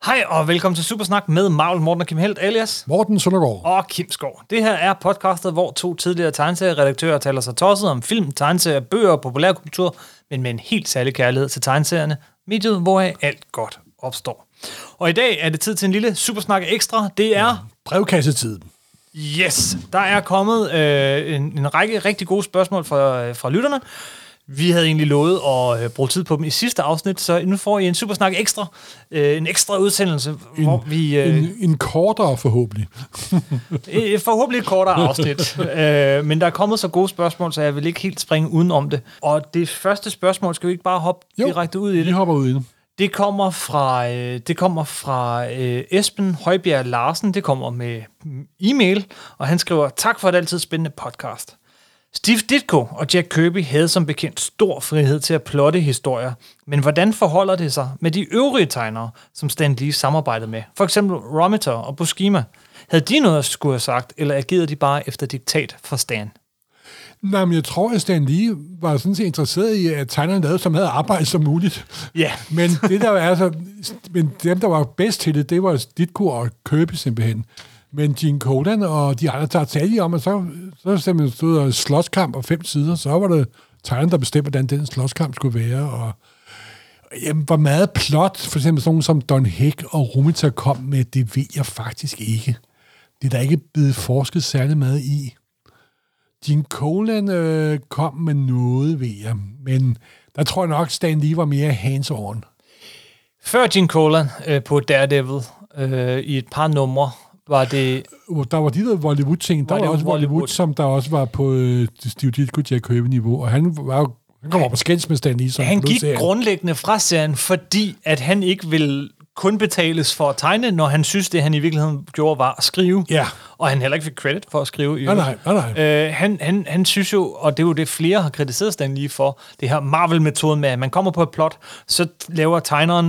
Hej og velkommen til Supersnak med Marvel, Morten og Kim Helt, alias Morten Søndergaard og Kim Skov. Det her er podcastet, hvor to tidligere tegneserieredaktører taler sig tosset om film, tegneserier, bøger og populærkultur, men med en helt særlig kærlighed til tegneserierne, mediet, hvoraf alt godt opstår. Og i dag er det tid til en lille Supersnak ekstra. Det er brevkassetid. Yes, der er kommet en række rigtig gode spørgsmål fra lytterne. Vi havde egentlig lovet at bruge tid på dem i sidste afsnit, så nu får I en Supersnak ekstra. En ekstra udsendelse, hvor vi... En kortere forhåbentlig. Forhåbentlig et kortere afsnit. Men der er kommet så gode spørgsmål, så jeg vil ikke helt springe udenom det. Og det første spørgsmål, skal vi ikke bare hoppe direkte ud i det? Vi hopper ud i det. Det kommer fra Esben Højbjerg Larsen. Det kommer med e-mail, og han skriver, tak for et altid spændende podcast. Steve Ditko og Jack Kirby havde som bekendt stor frihed til at plotte historier, men hvordan forholder det sig med de øvrige tegnere, som Stan Lee samarbejdede med? For eksempel Romita og Buscema. Havde de noget at skulle have sagt, eller agerede de bare efter diktat fra Stan? Nej, men jeg tror, at Stan Lee var sådan set interesseret i, at tegnerne lavede så meget arbejde som muligt. Ja. Yeah. Men det der var men dem, der var bedst til det var Ditko og Kirby simpelthen. Men Gene Colan og de andre tager tale om, at så simpelthen stod der slåskamp og 5 sider, så var det tegnerne, der bestemte, hvordan den slåskamp skulle være. Og jamen, hvor meget plot, for eksempel sådan som Don Heck og Romita kom med, det ved jeg faktisk ikke. Det er der ikke blevet forsket særlig meget i. Gene Colan kom med noget, ved jeg, men der tror jeg nok, Stan Lee var mere hands-on. Før Gene Colan på Daredevil i et par numre, var det... Der var de der Bollywood-ting. Der var også Bollywood, som der også var på Steve Ditko, Jack Kirby-niveau, og han kom op på skænds med Stan Lee. Han gik grundlæggende fra serien, fordi at han ikke ville kun betales for at tegne, når han synes, det han i virkeligheden gjorde, var at skrive. Ja. Og han heller ikke fik credit for at skrive. Nej. Han synes jo, og det er jo det, flere har kritiseret Stan Lee for, det her Marvel-metoden med, at man kommer på et plot, så laver tegneren,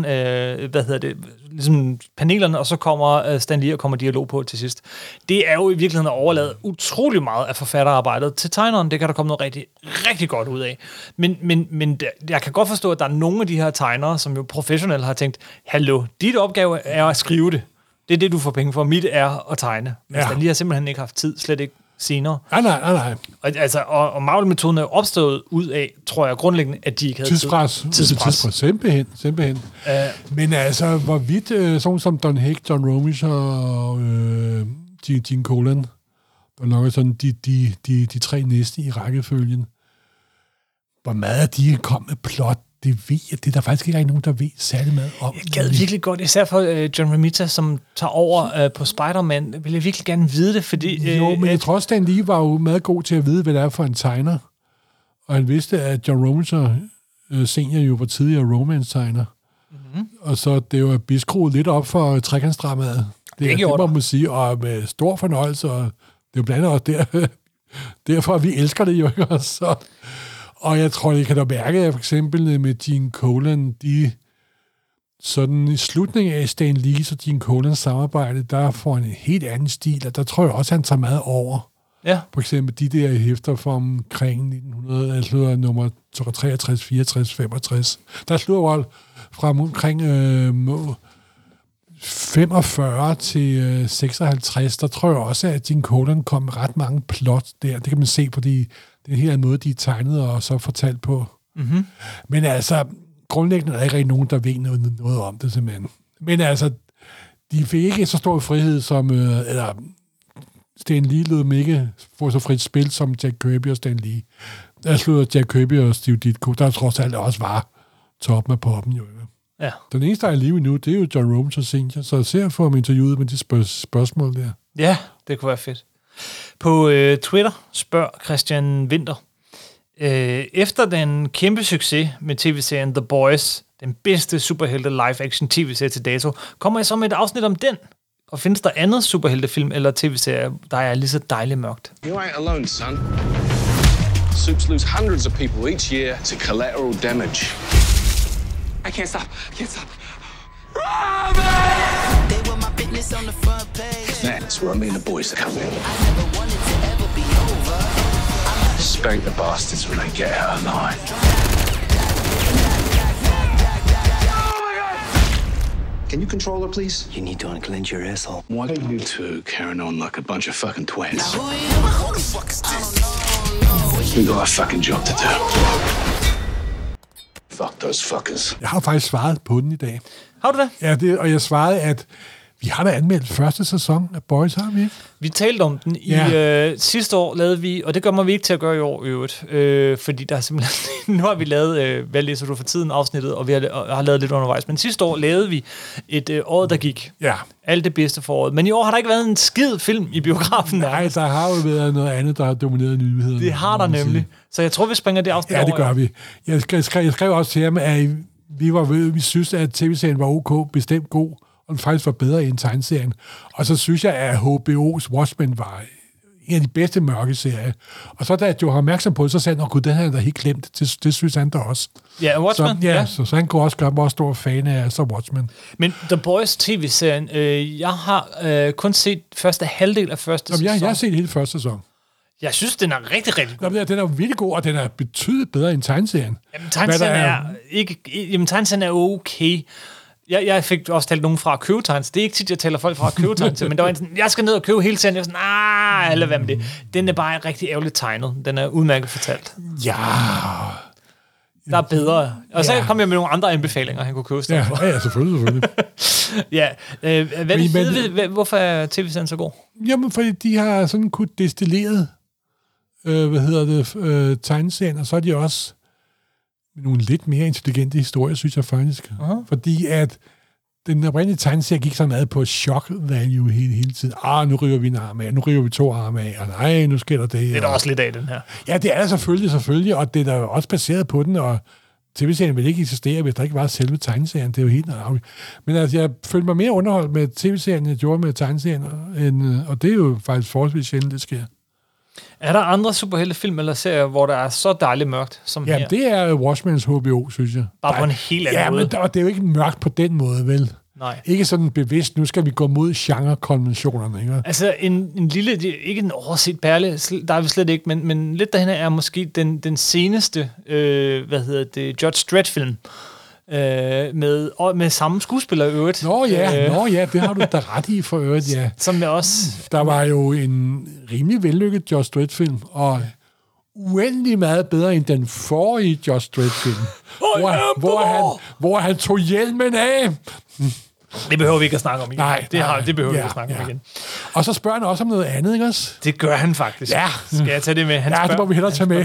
ligesom panelerne, og så kommer Stan Lee og kommer dialog på til sidst. Det er jo i virkeligheden at overlade utrolig meget af forfatterarbejdet til tegneren. Det kan der komme noget rigtig, rigtig godt ud af. Men jeg kan godt forstå, at der er nogle af de her tegnere, som jo professionelt har tænkt, hallo, dit opgave er at skrive det. Det er det, du får penge for. Mit er at tegne. Men Stan Lee har simpelthen ikke haft tid, slet ikke senere. Nej. Og Marvel-metoden er opstået ud af, tror jeg, grundlæggende, at de ikke havde Tidspres. Simpelthen. Men altså, hvorvidt sådan som Don Heck, John Romita og Gene Colan, var nok sådan de 3 næste i rækkefølgen, hvor meget de kom med plot, det ved jeg. Det er der faktisk ikke nogen, der ved særlig meget om. Jeg gad virkelig godt, især for John Romita, som tager over på Spider-Man, vil jeg virkelig gerne vide det, fordi... men jeg tror, Stan Lee var jo meget god til at vide, hvad det er for en tegner. Og han vidste, at John Romita senior jo var tidligere romance-tegner. Mm-hmm. Og så det var beskruet lidt op for trekantsdramaet. Det må man sige, og med stor fornøjelse, og det er jo blandt andet også derfor, at vi elsker det jo, ikke også? Og jeg tror, I kan da mærke, at for eksempel med Gene Colan, de sådan i slutningen af Stan Lees og Gene Colans samarbejde, der får han en helt anden stil, og der tror jeg også, at han tager meget over. Ja. For eksempel de der hæfter fra omkring 1900, altså nummer 63, 64, 65. Der slutter fra omkring 45 til 56, der tror jeg også, at Gene Colan kom med ret mange plot der. Det kan man se på den her måde, de tegnede og så fortalt på. Mm-hmm. Men altså, grundlæggende er der ikke rigtig nogen, der ved noget om det simpelthen. Men altså, de fik ikke så stor frihed som, eller Stan Lee lød dem ikke få så frit spil som Jack Kirby og Stan Lee. Der slutter Jack Kirby og Steve Ditko, der trods alt også var toppen af poppen jo. Ja. Den eneste, der er i live nu, det er jo John Romita senior, så jeg ser at få ham interviewet med de spørgsmål der. Ja, det kunne være fedt. På Twitter spørger Christian Winter, efter den kæmpe succes med tv-serien The Boys, den bedste superhelte live-action tv-serie til dato, kommer jeg så med et afsnit om den? Og findes der andet superheltefilm eller tv-serie, der er lige så dejligt mørkt? You ain't alone, son. Supes lose hundreds of people each year to collateral damage. I can't stop. They were my business on the front page. That's where me and the boys are coming. I never wanted to ever be over. Spank the bastards when they get out of line. Can you control her, please? You need to unclench your asshole. Why are you two carrying on like a bunch of fucking twins? Who the fuck is this? We got a fucking job to do. Fuck those fuckers. Jeg har faktisk svaret på den i dag. Har du det? Ja, og jeg svarede, at vi har da anmeldt første sæson af Boys, har vi ikke? Vi talte om den i sidste år, lavede vi, og det gør vi ikke til at gøre i år i øvrigt, fordi der er simpelthen, nu har vi lavet, hvad læser du for tiden, afsnittet, og vi har lavet lidt undervejs, men sidste år lavede vi et år, der gik. Ja. Alt det bedste for året. Men i år har der ikke været en skid film i biografen. Nej, der har jo været noget andet, der har domineret nyhederne. Det har der nemlig. Så jeg tror, vi springer det afsnit over. Ja, det gør vi. Jeg skrev også til ham, at vi synes, at tv-serien var ok, bestemt god, og den faktisk var bedre end tegneserien. Og så synes jeg, at HBO's Watchmen var en af de bedste mørke serier. Og så da jeg var opmærksom på det, så sagde han, gud, den havde han da helt glemt. Det synes han da også. Ja, Watchmen. Så han kunne også gøre mig stor fan af så Watchmen. Men The Boys tv-serien, jeg har kun set første halvdel af første sæson. Jeg har set hele første sæson. Jeg synes, den er rigtig, rigtig god. Den er virkelig god, og den er betydeligt bedre end tegneserien. Jamen, tegneserien er okay. Jeg fik også talt nogen fra at købe tegns. Det er ikke tit, jeg taler folk fra at købe tegns, men der var en sådan, jeg skal ned og købe hele serien. Jeg var sådan, eller hvad med det. Den er bare rigtig ærgerligt tegnet. Den er udmærket fortalt. Ja. Der er bedre. Og så kom jeg med nogle andre anbefalinger, han kunne købe stedet for. Ja, selvfølgelig. Hvorfor er tv-serien så god? Jamen, fordi de har sådan kunne destilleret tegneserien, og så er de også nogle lidt mere intelligente historier, synes jeg faktisk. Uh-huh. Fordi at den oprindelige tegneserie gik så meget på shock value hele tiden. Nu river vi en arm af, nu river vi 2 arme af, og nej, nu sker der det. Det er der også lidt af, den her. Ja, det er der selvfølgelig, og det er der også baseret på den, og tv-serien vil ikke eksistere, hvis der ikke var selve tegneserien. Det er jo helt nøjagtigt. Men altså, jeg følte mig mere underholdt med tv-serien, end jeg gjorde med tegneserien, og det er jo faktisk forholdsvis sjældent, det sker. Er der andre superheltefilm eller serier, hvor der er så dejligt mørkt som her? Jamen, det er Watchmens HBO, synes jeg. Bare på en helt anden måde. Men det er jo ikke mørkt på den måde, vel? Nej. Ikke sådan bevidst, nu skal vi gå mod genrekonventionerne, ikke? Altså, en lille, ikke en overset perle, der er vi slet ikke, men lidt derhen er måske den seneste, Judge Dredd-film. Med samme skuespiller i øvrigt. Nå ja, det har du da ret i for øvrigt, ja. Som jeg også... Der var jo en rimelig vellykket Judge Dredd-film, uendelig meget bedre end den forrige Judge Dredd-film, hvor han tog hjelmen af. Det behøver vi ikke at snakke om igen. Nej, det behøver vi ikke at snakke om igen. Og så spørger han også om noget andet, ikke også? Det gør han faktisk. Ja. Skal jeg tage det med? Det må vi hellere tage med.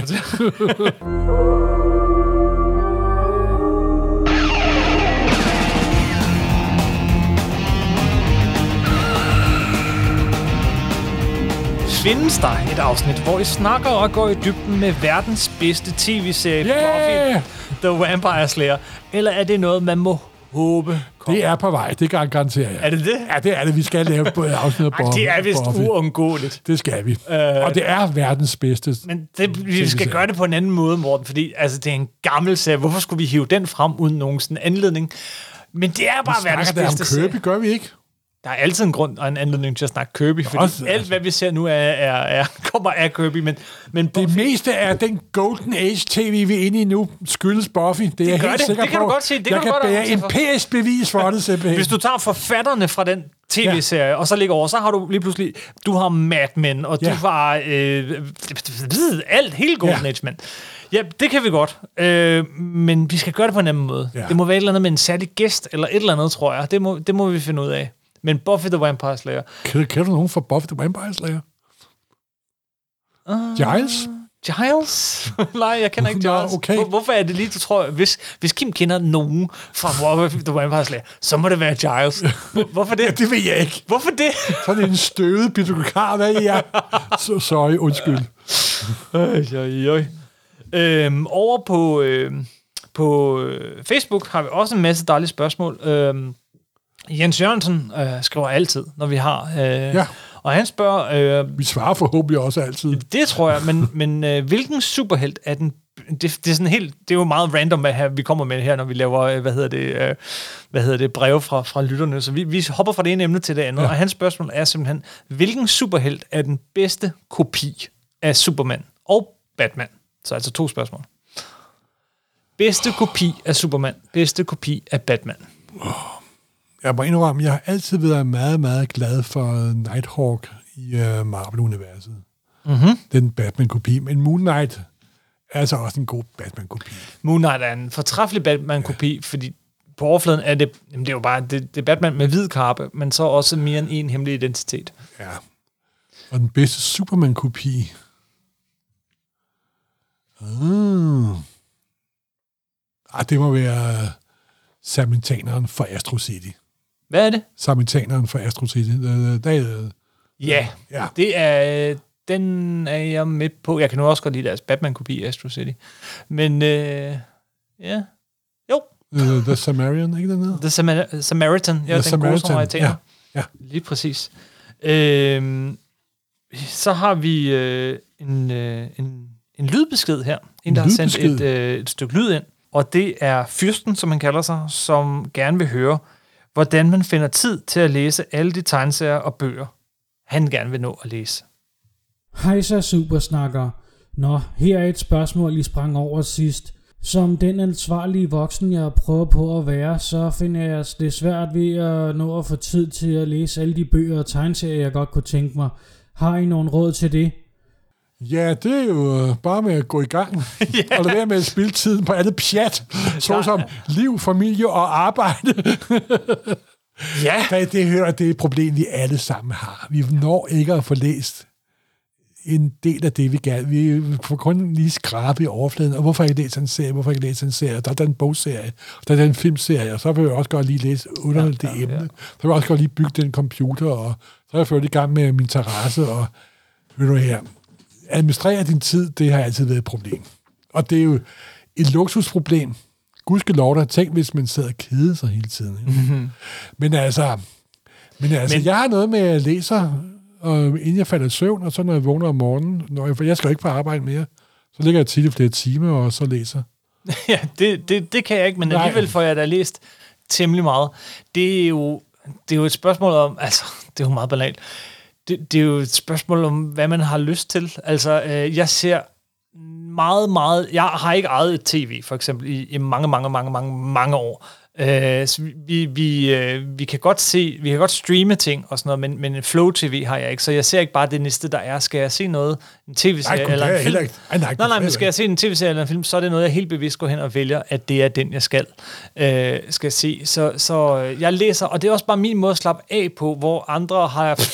Findes der et afsnit, hvor I snakker og går i dybden med verdens bedste tv-serie, Buffy the Vampire Slayer? Eller er det noget, man må håbe kommer? Det er på vej, det garanterer jeg. Er det det? Ja, det er det. Vi skal lave et afsnit af Buffy. Det er vist uundgåeligt. Det skal vi. Og det er verdens bedste. Men vi skal gøre det på en anden måde, Morten, fordi altså, det er en gammel serie. Hvorfor skulle vi hive den frem uden nogen sådan anledning? Men det er bare verdens bedste serie. Kirby, gør vi ikke? Der er altid en grund og en anledning til at snakke Kirby, fordi alt, hvad vi ser nu, kommer af Kirby, men det meste af den Golden Age TV, vi er inde i nu, skyldes Buffy. Det er jeg helt sikker på. Det kan du godt se. Jeg kan bære empirisk bevis for det, simpelthen. Hvis du tager forfatterne fra den tv-serie, og så ligger over, så har du lige pludselig, du har Mad Men, og du har hele Golden Age Men. Ja, det kan vi godt. Men vi skal gøre det på en anden måde. Ja. Det må være et eller andet med en særlig gæst, eller et eller andet, tror jeg. Det må vi finde ud af. Men Buffy the Vampire Slayer. Kan du nogen fra Buffy the Vampire Slayer? Giles? Giles? Nej, jeg kender ikke Giles. Okay. Hvorfor er det lige, du tror, hvis Kim kender nogen fra Buffy the Vampire Slayer, så må det være Giles. Hvorfor det? Ja, det ved jeg ikke. Hvorfor det? Sådan en støvet bibliotekar, hvad er jeg? Sorry, undskyld. Over på Facebook har vi også en masse dejlige spørgsmål. Jens Jørgensen skriver altid, når vi har... Og han spørger... vi svarer forhåbentlig også altid. Det tror jeg, men hvilken superhelt er den... Det er sådan helt... Det er jo meget random, at vi kommer med her, når vi laver, breve fra lytterne. Så vi hopper fra det ene emne til det andet. Ja. Og hans spørgsmål er simpelthen, hvilken superhelt er den bedste kopi af Superman og Batman? Så altså 2 spørgsmål. Bedste kopi af Superman, bedste kopi af Batman. Jeg må indrømme, jeg har altid været meget, meget glad for Nighthawk i Marvel-universet. Mm-hmm. Den Batman-kopi. Men Moon Knight er altså også en god Batman-kopi. Moon Knight er en fortræffelig Batman-kopi, fordi på overfladen er det er jo bare det er Batman med hvid kappe, men så også mere end en hemmelig identitet. Ja. Og den bedste Superman-kopi. Det må være Samaritaneren fra Astro City. Hvad er det? Samaritaneren fra Astro City. Ja, det er... Den er jeg med på. Jeg kan nu også godt lide deres Batman-kopi af Astro City. Men, ja... Jo. The Samaritan, ikke den The Samaritan. Ja, den gode samaritaner. Ja. Lige præcis. Så har vi en lydbesked her. En, der har sendt et stykke lyd ind. Og det er Fyrsten, som han kalder sig, som gerne vil høre, hvordan man finder tid til at læse alle de tegneserier og bøger, han gerne vil nå at læse. Hej så supersnakker. Nå, her er et spørgsmål, I sprang over sidst. Som den ansvarlige voksen, jeg prøver på at være, så finder jeg det svært ved at nå at få tid til at læse alle de bøger og tegneserier, jeg godt kunne tænke mig. Har I nogen råd til det? Ja, det er jo bare med at gå i gang. Yeah. Og lade være med at spille tiden på andet pjat, såsom liv, familie og arbejde. Ja. Det er et problem, vi alle sammen har. Vi når ikke at få læst en del af det, vi gerne. Vi får kun lige skrabe i overfladen. Og hvorfor ikke læse en serie? Hvorfor ikke læse en serie? Der er en bogserie, der er en filmserie, og så vil jeg også godt lige læse under det emne. Så vil jeg også godt lige bygge den computer, og så er jeg ført i gang med min terrasse, og ved du her, administrere din tid, det har altid været et problem. Og det er jo et luksusproblem. Gudskelov, der tænk, hvis man sidder og keder sig hele tiden. Mm-hmm. Men altså, jeg har noget med at læse, inden jeg falder i søvn, og så når jeg vågner om morgenen, for jeg skal jo ikke på arbejde mere, så ligger jeg tit i flere timer, og så læser. Ja, det kan jeg ikke, men alligevel får jeg da læst temmelig meget. Det er jo et spørgsmål om, altså, det er jo meget banalt. Det er jo et spørgsmål om, hvad man har lyst til. Altså, jeg ser meget... Jeg har ikke ejet et tv, for eksempel, i mange år. Så vi kan godt streame ting og sådan noget, men Flow TV har jeg ikke, så jeg ser ikke bare det næste, der er. Skal jeg se noget, en tv-serie eller en film? Nej, men skal jeg se en tv-serie eller en film, så er det noget, jeg helt bevidst går hen og vælger, at det er den, jeg skal se. Så jeg læser, og det er også bare min måde at slappe af på, hvor andre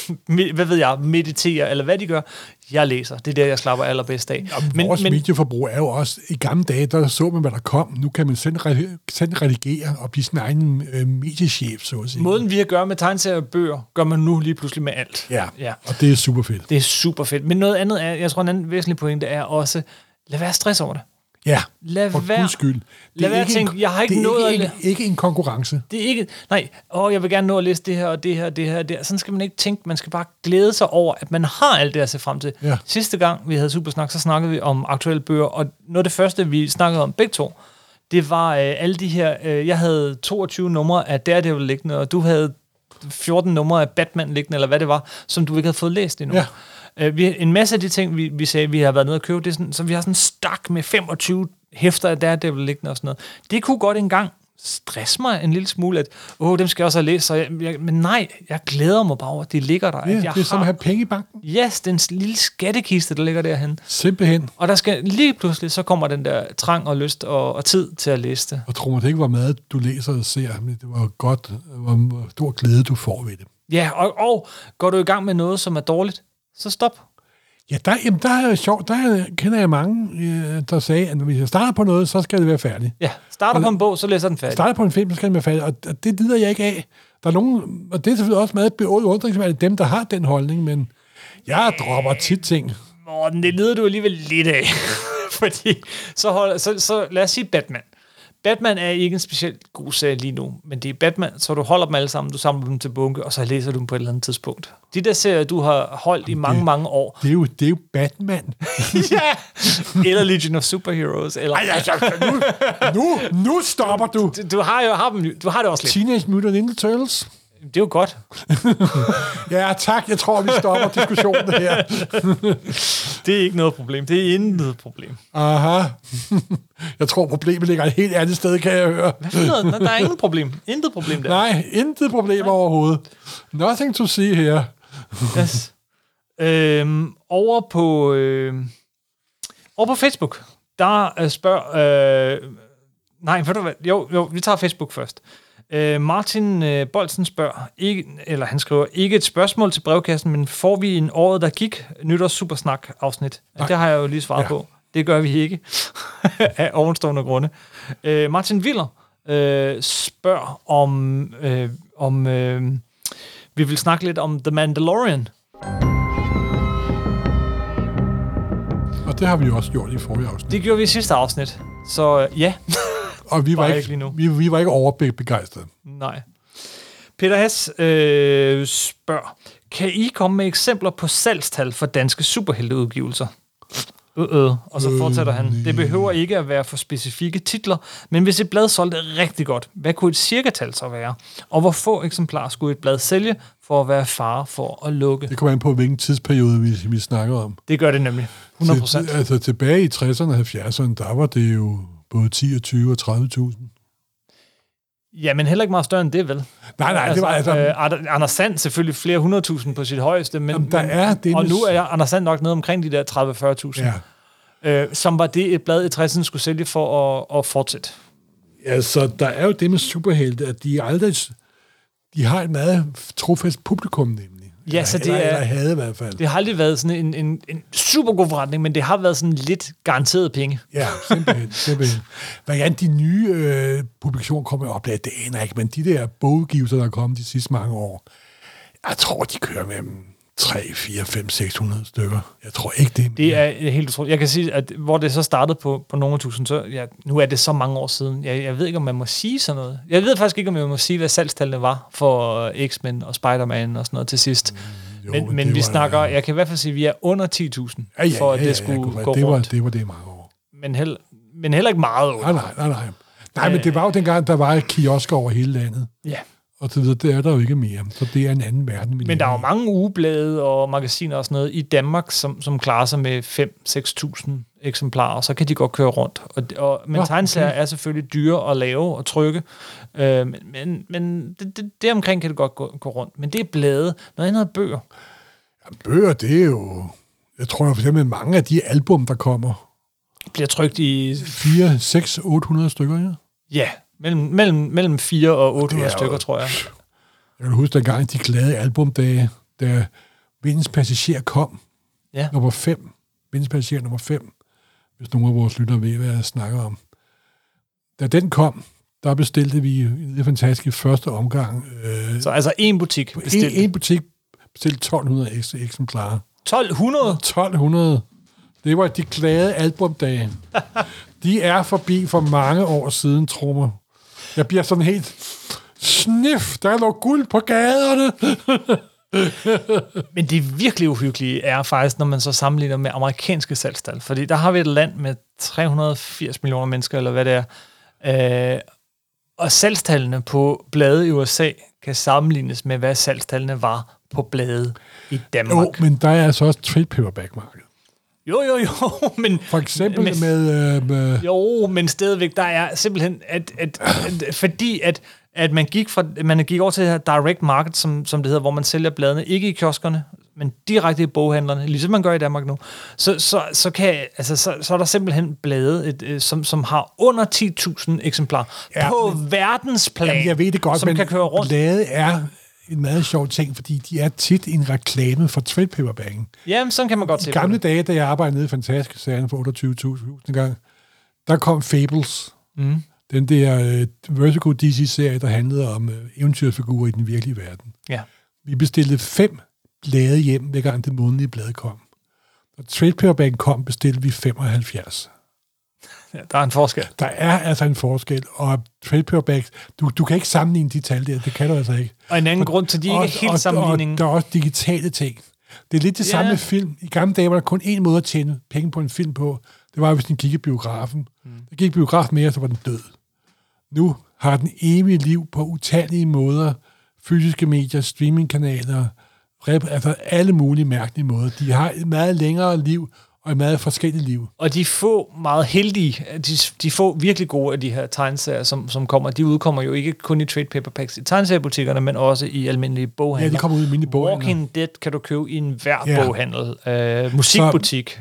har, mediterer, eller hvad de gør. Jeg læser. Det er der, jeg slapper allerbedst af. Ja, vores medieforbrug er jo også... I gamle dage, der så man, hvad der kom. Nu kan man selv redigere og blive sin egen mediechef, så at sige. Måden, vi gør med tegneserier og bøger, gør man nu lige pludselig med alt. Ja, og det er super fedt. Det er super fedt. Men noget andet er, jeg tror, en anden væsentlig pointe er også, lad være stress over det. Ja, for guds skyld. Lad være at tænke, jeg har ikke nået at... ikke en konkurrence. Det er ikke... Nej, jeg vil gerne nå at læse det her, og det her, og det her, og det her. Sådan skal man ikke tænke. Man skal bare glæde sig over, at man har alt det at se frem til. Ja. Sidste gang, vi havde Supersnak, så snakkede vi om aktuelle bøger, og noget af det første, vi snakkede om begge to, det var alle de her... jeg havde 22 numre af Daredevil liggende, og du havde 14 numre af Batman liggende, eller hvad det var, som du ikke havde fået læst endnu. Ja. En masse af de ting, vi sagde, vi har været nede og købe, det er sådan, så vi har sådan en stak med 25 hæfter af Daredevil liggende og sådan noget. Det kunne godt engang stresse mig en lille smule, at dem skal jeg også have læst, men nej, jeg glæder mig bare over, at de ligger der. Ja, det er som at have penge i banken. Yes, den lille skattekiste, der ligger derhen. Simpelthen. Og der skal lige pludselig, så kommer den der trang og lyst og tid til at læse det. Og tror man, det ikke var mad, du læser og ser, men det var godt, hvor stor glæde, du får ved det. Ja, og går du i gang med noget, som er dårligt, så stop. Ja, der er sjovt. Der kender jeg mange, der sagde, at hvis jeg starter på noget, så skal det være færdigt. Ja, starter på en bog, så læser den færdig. Starter på en film, så skal den være færdig, og det lider jeg ikke af. Der er nogen, og det er selvfølgelig også meget beundringsværdigt, dem, der har den holdning, men jeg dropper tit ting. Morten, det lider du alligevel lidt af. Fordi, så lad os sige Batman. Batman er ikke en specielt god serie lige nu, men det er Batman, så du holder dem alle sammen, du samler dem til bunke, og så læser du dem på et eller andet tidspunkt. De der serier, du har holdt i mange år. Det er jo Batman. Ja! Eller Legion of Superheroes. Eller... Nu stopper du! Du har det også lidt. Teenage Mutant Ninja Turtles. Det er jo godt. Ja, tak. Jeg tror, vi stopper diskussionen her. Det er ikke noget problem. Det er intet problem. Aha. Jeg tror, problemet ligger et helt andet sted, kan jeg høre. Hvad for noget? Der er ingen problem. Intet problem der. Nej, intet problem overhovedet. Nothing to see here. Yes. Over på Facebook, der spørger... nej, ved du hvad? Jo, vi tager Facebook først. Martin Bolsen spørger, han skriver, ikke et spørgsmål til brevkassen, men får vi en året, der gik, nytårs supersnak afsnit? Det har jeg jo lige svaret på. Det gør vi ikke, af ovenstående grunde. Martin Willer spørger, om vi vil snakke lidt om The Mandalorian. Og det har vi jo også gjort i forrige afsnit. Det gjorde vi i sidste afsnit, så ja. Og vi var ikke overbegejstrede. Nej. Peter Hess spørger, kan I komme med eksempler på salgstal for danske superhelteudgivelser? Og så fortsætter han, det behøver ikke at være for specifikke titler, men hvis et blad solgte rigtig godt, hvad kunne et cirkatal så være? Og hvor få eksemplarer skulle et blad sælge for at være fare for at lukke? Det kommer an på, hvilken tidsperiode vi snakker om. Det gør det nemlig. 100%. Altså tilbage i 60'erne og 70'erne, der var det jo både 10 og 20 og 30.000. Ja, men heller ikke meget større end det, vel? Nej, det var altså... Anders Sand selvfølgelig flere 100.000 på sit højeste, men, og nu er Anders Sand nok nede omkring de der 30-40.000. Ja. Som var det, et blad i 60'erne skulle sælge for at fortsætte. Ja, så der er jo det med superhelte, at de har et meget trofast publikum, nemlig. Ja, så det er... havde i hvert fald. Det har aldrig været sådan en super god forretning, men det har været sådan lidt garanteret penge. Ja, simpelthen. Hvordan de nye publikationer kommer op, det aner ikke, men de der bogudgivelser, der er kommet de sidste mange år, jeg tror, de kører med 3, 4, 5, 600 stykker. Jeg tror ikke det. Det er helt utroligt. Jeg kan sige, at hvor det så startede på nogle tusind, så nu er det så mange år siden. Jeg ved ikke, om man må sige sådan noget. Jeg ved faktisk ikke, om man må sige, hvad salgstallene var for X-Men og Spider-Man og sådan noget til sidst. Men vi snakker, jeg kan i hvert fald sige, at vi er under 10.000, for at det skulle gå rundt. Det var det mange år. Men heller ikke meget under. Nej, men det var jo dengang, der var kiosker over hele landet. Ja. Og så videre, det er der jo ikke mere. Så det er en anden verden. Men der er jo mange ugeblade og magasiner og sådan noget i Danmark, som klarer sig med 5-6.000 eksemplarer, og så kan de godt køre rundt. Men tegneserier er selvfølgelig dyre at lave og trykke, men det omkring kan det godt gå rundt. Men det er blade. Noget andet er bøger. Ja, bøger, det er jo... Jeg tror for eksempel, mange af de album, der kommer... bliver trykt i... 4, 6, 800 stykker, ja? Ja, mellem 4 og 800 stykker, tror jeg. Jeg kan huske dengang de glade albumdage, da Vindens Passager kom. Ja. Nummer 5. Vindens Passager nummer 5. Hvis nogle af vores lyttere ved, hvad jeg snakker om. Da den kom, der bestilte vi det fantastiske første omgang. Så altså en butik bestilte? En butik bestilte 1200 eksemplarer. 1200? 1200. Det var de glade albumdage. De er forbi for mange år siden, trommer. Jeg bliver sådan helt snif, der lå guld på gaderne. Men det virkelig uhyggelige er faktisk, når man så sammenligner med amerikanske salgstal. Fordi der har vi et land med 380 millioner mennesker, eller hvad det er. Og salgstallene på blade i USA kan sammenlignes med, hvad salgstallene var på blade i Danmark. Jo, men der er altså også trade paperback-marked. Jo, men... For eksempel med... Jo, men stadigvæk, der er simpelthen, fordi man gik over til direct market, som det hedder, hvor man sælger bladene, ikke i kioskerne, men direkte i boghandlerne, ligesom man gør i Danmark nu, så er der simpelthen blade, som har under 10.000 eksemplarer på verdensplan, jamen, jeg ved det godt, som kan køre rundt. Blade er en meget sjov ting, fordi de er tit en reklame for trade paperbacken. Jamen, sådan kan man godt se. I gamle dage, da jeg arbejdede nede i Fantastiske Serierne for 28.000 gang, der kom Fables. Mm. Den der Vertigo DC-serie, der handlede om eventyrsfigurer i den virkelige verden. Ja. Vi bestilte 5 blade hjem, hver gang det månedlige blad kom. Når trade paperbacken kom, bestilte vi 75. Ja, der er en forskel. Der er altså en forskel, og trade paperback, du kan ikke sammenligne de tal der, det kan du altså ikke. Og en anden grund til, de ikke er helt sammenligningen. Og der er også digitale ting. Det er lidt det samme med film. I gamle dage var der kun én måde at tjene penge på en film på. Det var, hvis den gik i biografen. Der gik biografen mere, så var den død. Nu har den evige liv på utallige måder fysiske medier, streamingkanaler, altså alle mulige mærkelige måder. De har et meget længere liv, og et meget forskelligt liv. Og de få meget heldige, de få virkelig gode af de her tegneserier, som kommer, de udkommer jo ikke kun i trade paperbacks i tegneseriebutikkerne, men også i almindelige boghandler. Ja, de kommer ud i almindelige boghandler. Walking Dead kan du købe i enhver boghandel. Musikbutik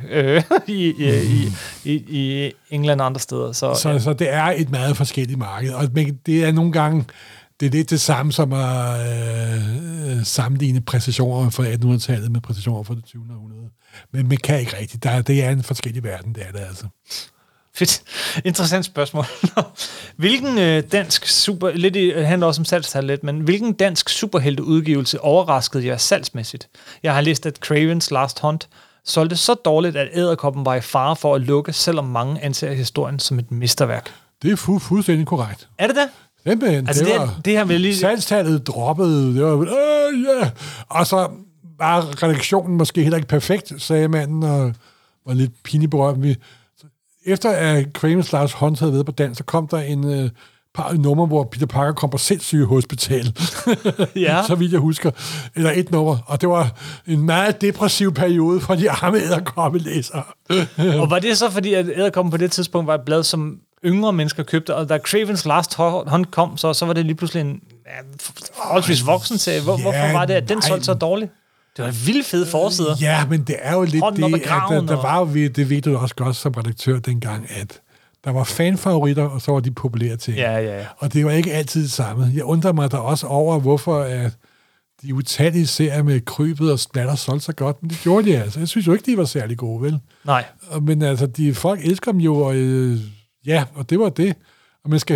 i England og andre steder. Så det er et meget forskelligt marked, og det er nogle gange det er lidt det samme som at sammenligne præcisioner fra 1800-tallet med præcisioner fra det 20. århundrede. Men man kan ikke rigtigt. Det er en forskellig verden, det er det altså. Fedt. Interessant spørgsmål. Hvilken dansk handler også om salgstal lidt, men hvilken dansk superhelteudgivelse overraskede jer salgsmæssigt? Jeg har læst, at Cravens Last Hunt solgte så dårligt, at Edderkoppen var i fare for at lukke, selvom mange anser historien som et mesterværk. Det er fuldstændig korrekt. Er det det? Simpelthen. Altså det her vil lige... Salgstallet droppede. Det var og så var redaktionen måske heller ikke perfekt, sagde manden, og var lidt pinligt berømt. Efter at Cravens Last Hunt havde været på dansk, så kom der en par nummer, hvor Peter Parker kom på sindssygehospital. Ja. Så vidt jeg husker. Eller et nummer. Og det var en meget depressiv periode for de arme edderkoppelæsere. Og var det så, fordi at Edderkoppen på det tidspunkt var et blad, som yngre mennesker købte, og da Cravens Last Hunt kom, så var det lige pludselig en forholdsvis voksen serie. Hvorfor var det, at den solgte så dårligt? Det var en vildt fed forside. Ja, men det er jo lidt Hånden det, at der var jo, det ved du også godt som redaktør dengang, at der var fanfavoritter, og så var de populære ting. Ja. Og det var ikke altid det samme. Jeg undrer mig da også over, hvorfor at de utallige serier med krybet og splatter solgte så godt, men det gjorde de altså. Jeg synes jo ikke, de var særlig gode, vel? Nej. Men altså, folk elsker dem jo, og og det var det. Og man skal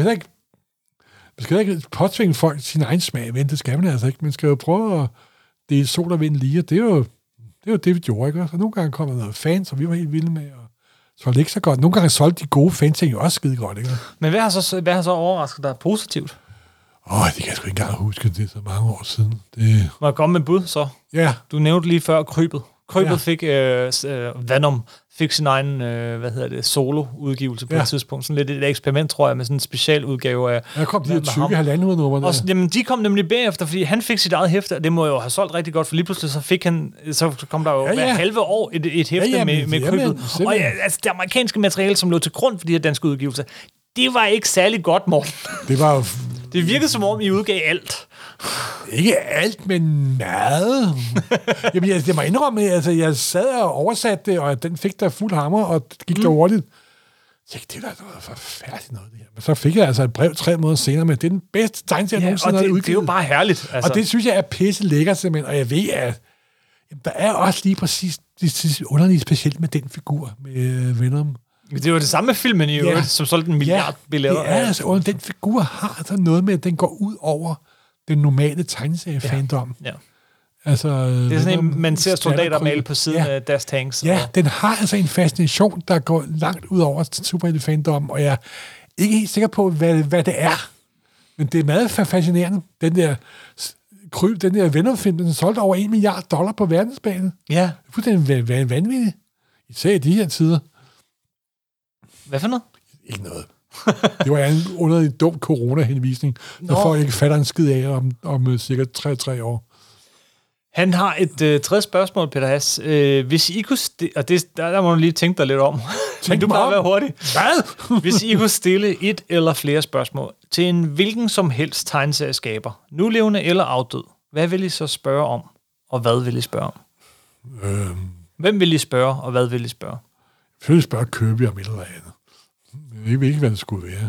heller ikke påtvinge folk sin egen smag, men det skal man altså ikke. Man skal jo prøve at dele sol og vind lige, og det er jo det, vi gjorde, ikke? Så nogle gange kom der noget fans, og vi var helt vilde med, og så var det ikke så godt. Nogle gange solgte de gode fanting jo også skide godt, ikke? Men hvad har så overrasket dig positivt? Det kan jeg sgu ikke engang huske, det er så mange år siden. Det... Må jeg komme med bud, så? Ja. Du nævnte lige før krybet. Krybet fik Venom fik sin egen solo-udgivelse på et tidspunkt. Sådan lidt et eksperiment, tror jeg, med sådan en specialudgave af... Der kom de her tykke 1,5 nummer. Jamen, de kom nemlig bagefter, fordi han fik sit eget hæfte, og det må jo have solgt rigtig godt, for lige pludselig så kom der jo hver halve år et hæfte med krybet. Og altså, det amerikanske materiale, som lå til grund for de her danske udgivelser, det var ikke særlig godt, Morten. Det var jo... Det virkede som om, I udgav alt. Ikke alt, men meget. Jamen, jeg må indrømme, altså, jeg sad og oversatte det, og den fik der fuld hammer, og det gik der hurtigt. Jeg tænkte, det er noget forfærdeligt noget, det her. Men så fik jeg altså et brev 3 måneder senere, men det er den bedste tegneserie, jeg nogensinde har udgivet. Det er jo bare herligt. Altså. Og det synes jeg er pisse lækkert, simpelthen. Og jeg ved, at der er også lige præcis det underlige specielt med den figur, med Venom. Det var det samme med filmen i øvrigt, som solgte 1 milliard billetter. Det er altså, den figur har altså noget med, at den går ud over den normale tegneserie-fandom. Ja. Altså, det er sådan en, man ser soldater male på siden af deres tanks. Ja, den har altså en fascination, der går langt ud over superhelte-fandom, og jeg er ikke helt sikker på, hvad det er. Men det er meget fascinerende. Den der Venom-film, den solgte over $1 milliard på verdensbanen. Ja. Det er fuldstændig vanvittigt. Især i de her tider. Hvad for noget? Ikke noget. Det var en underlig dum corona-henvisning, når folk ikke fatter en skid af om cirka 3 år. Han har et tredje spørgsmål, Peter Haas. Hvis I kunne og der må du lige tænke dig lidt om. Men du må bare være hurtig. Hvad? Hvis I kunne stille et eller flere spørgsmål til en hvilken som helst tegneserieskaber, nulevende eller afdød, hvad vil I så spørge om, og hvad vil I spørge om? Hvem vil I spørge, og hvad vil I spørge? Jeg vil spørge Kirby om et eller andet. Jeg ved ikke, hvad det skulle være.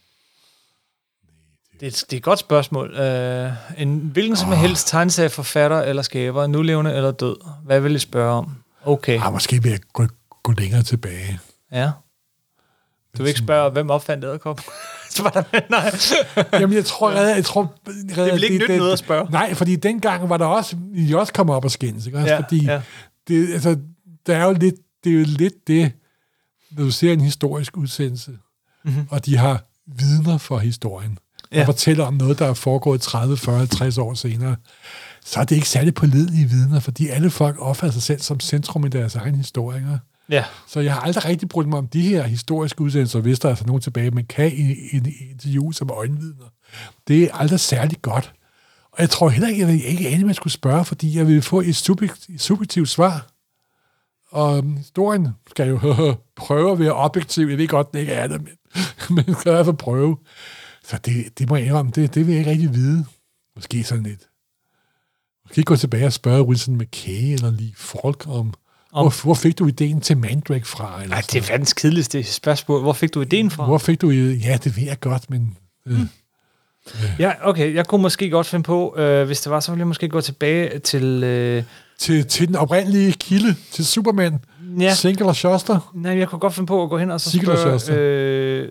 Det er et godt spørgsmål. En hvilken som helst tegneserieforfatter eller skaber, nulevende eller død, hvad vil I spørge om? Okay. Måske vil jeg gå længere tilbage. Ja. Du vil ikke spørge, hvem opfandt Edderkoppen? Nej. Jamen, jeg tror, det vil ikke nytte noget at spørge. Nej, fordi dengang var der også, de også kom op og skændes, ikke? Ja, fordi det, altså, det er jo lidt det, når du ser en historisk udsendelse, og de har vidner for historien, og fortæller om noget, der er foregået 30, 40, 50 år senere, så er det ikke særlig pålidelige vidner, fordi alle folk opfatter sig selv som centrum i deres egen historier. Ja. Så jeg har aldrig rigtig brugt mig om de her historiske udsendelser, hvis der er altså nogen tilbage, man kan interviewe som øjenvidner. Det er aldrig særlig godt. Og jeg tror heller ikke, at jeg ikke aner, man skulle spørge, fordi jeg ville få et subjektivt svar. Og historien skal jo prøve at være objektiv. Jeg ved godt, det ikke er det, men skal i hvert fald prøve. Så det må jeg indrømme, det vil jeg ikke rigtig vide. Måske sådan lidt. Måske gå tilbage og spørge Winston McKay eller Lee Falk om hvor fik du ideen til Mandrake fra? Nej, det er verdens kedeligste spørgsmål. Hvor fik du ideen fra? Hvor fik du ja, det ved jeg godt, men... Ja, okay. Jeg kunne måske godt finde på, hvis det var, så ville jeg måske gå tilbage til... Til den oprindelige kilde, til Superman. Ja. Siegel og Shuster. Nej, jeg kunne godt finde på at gå hen og så spørge...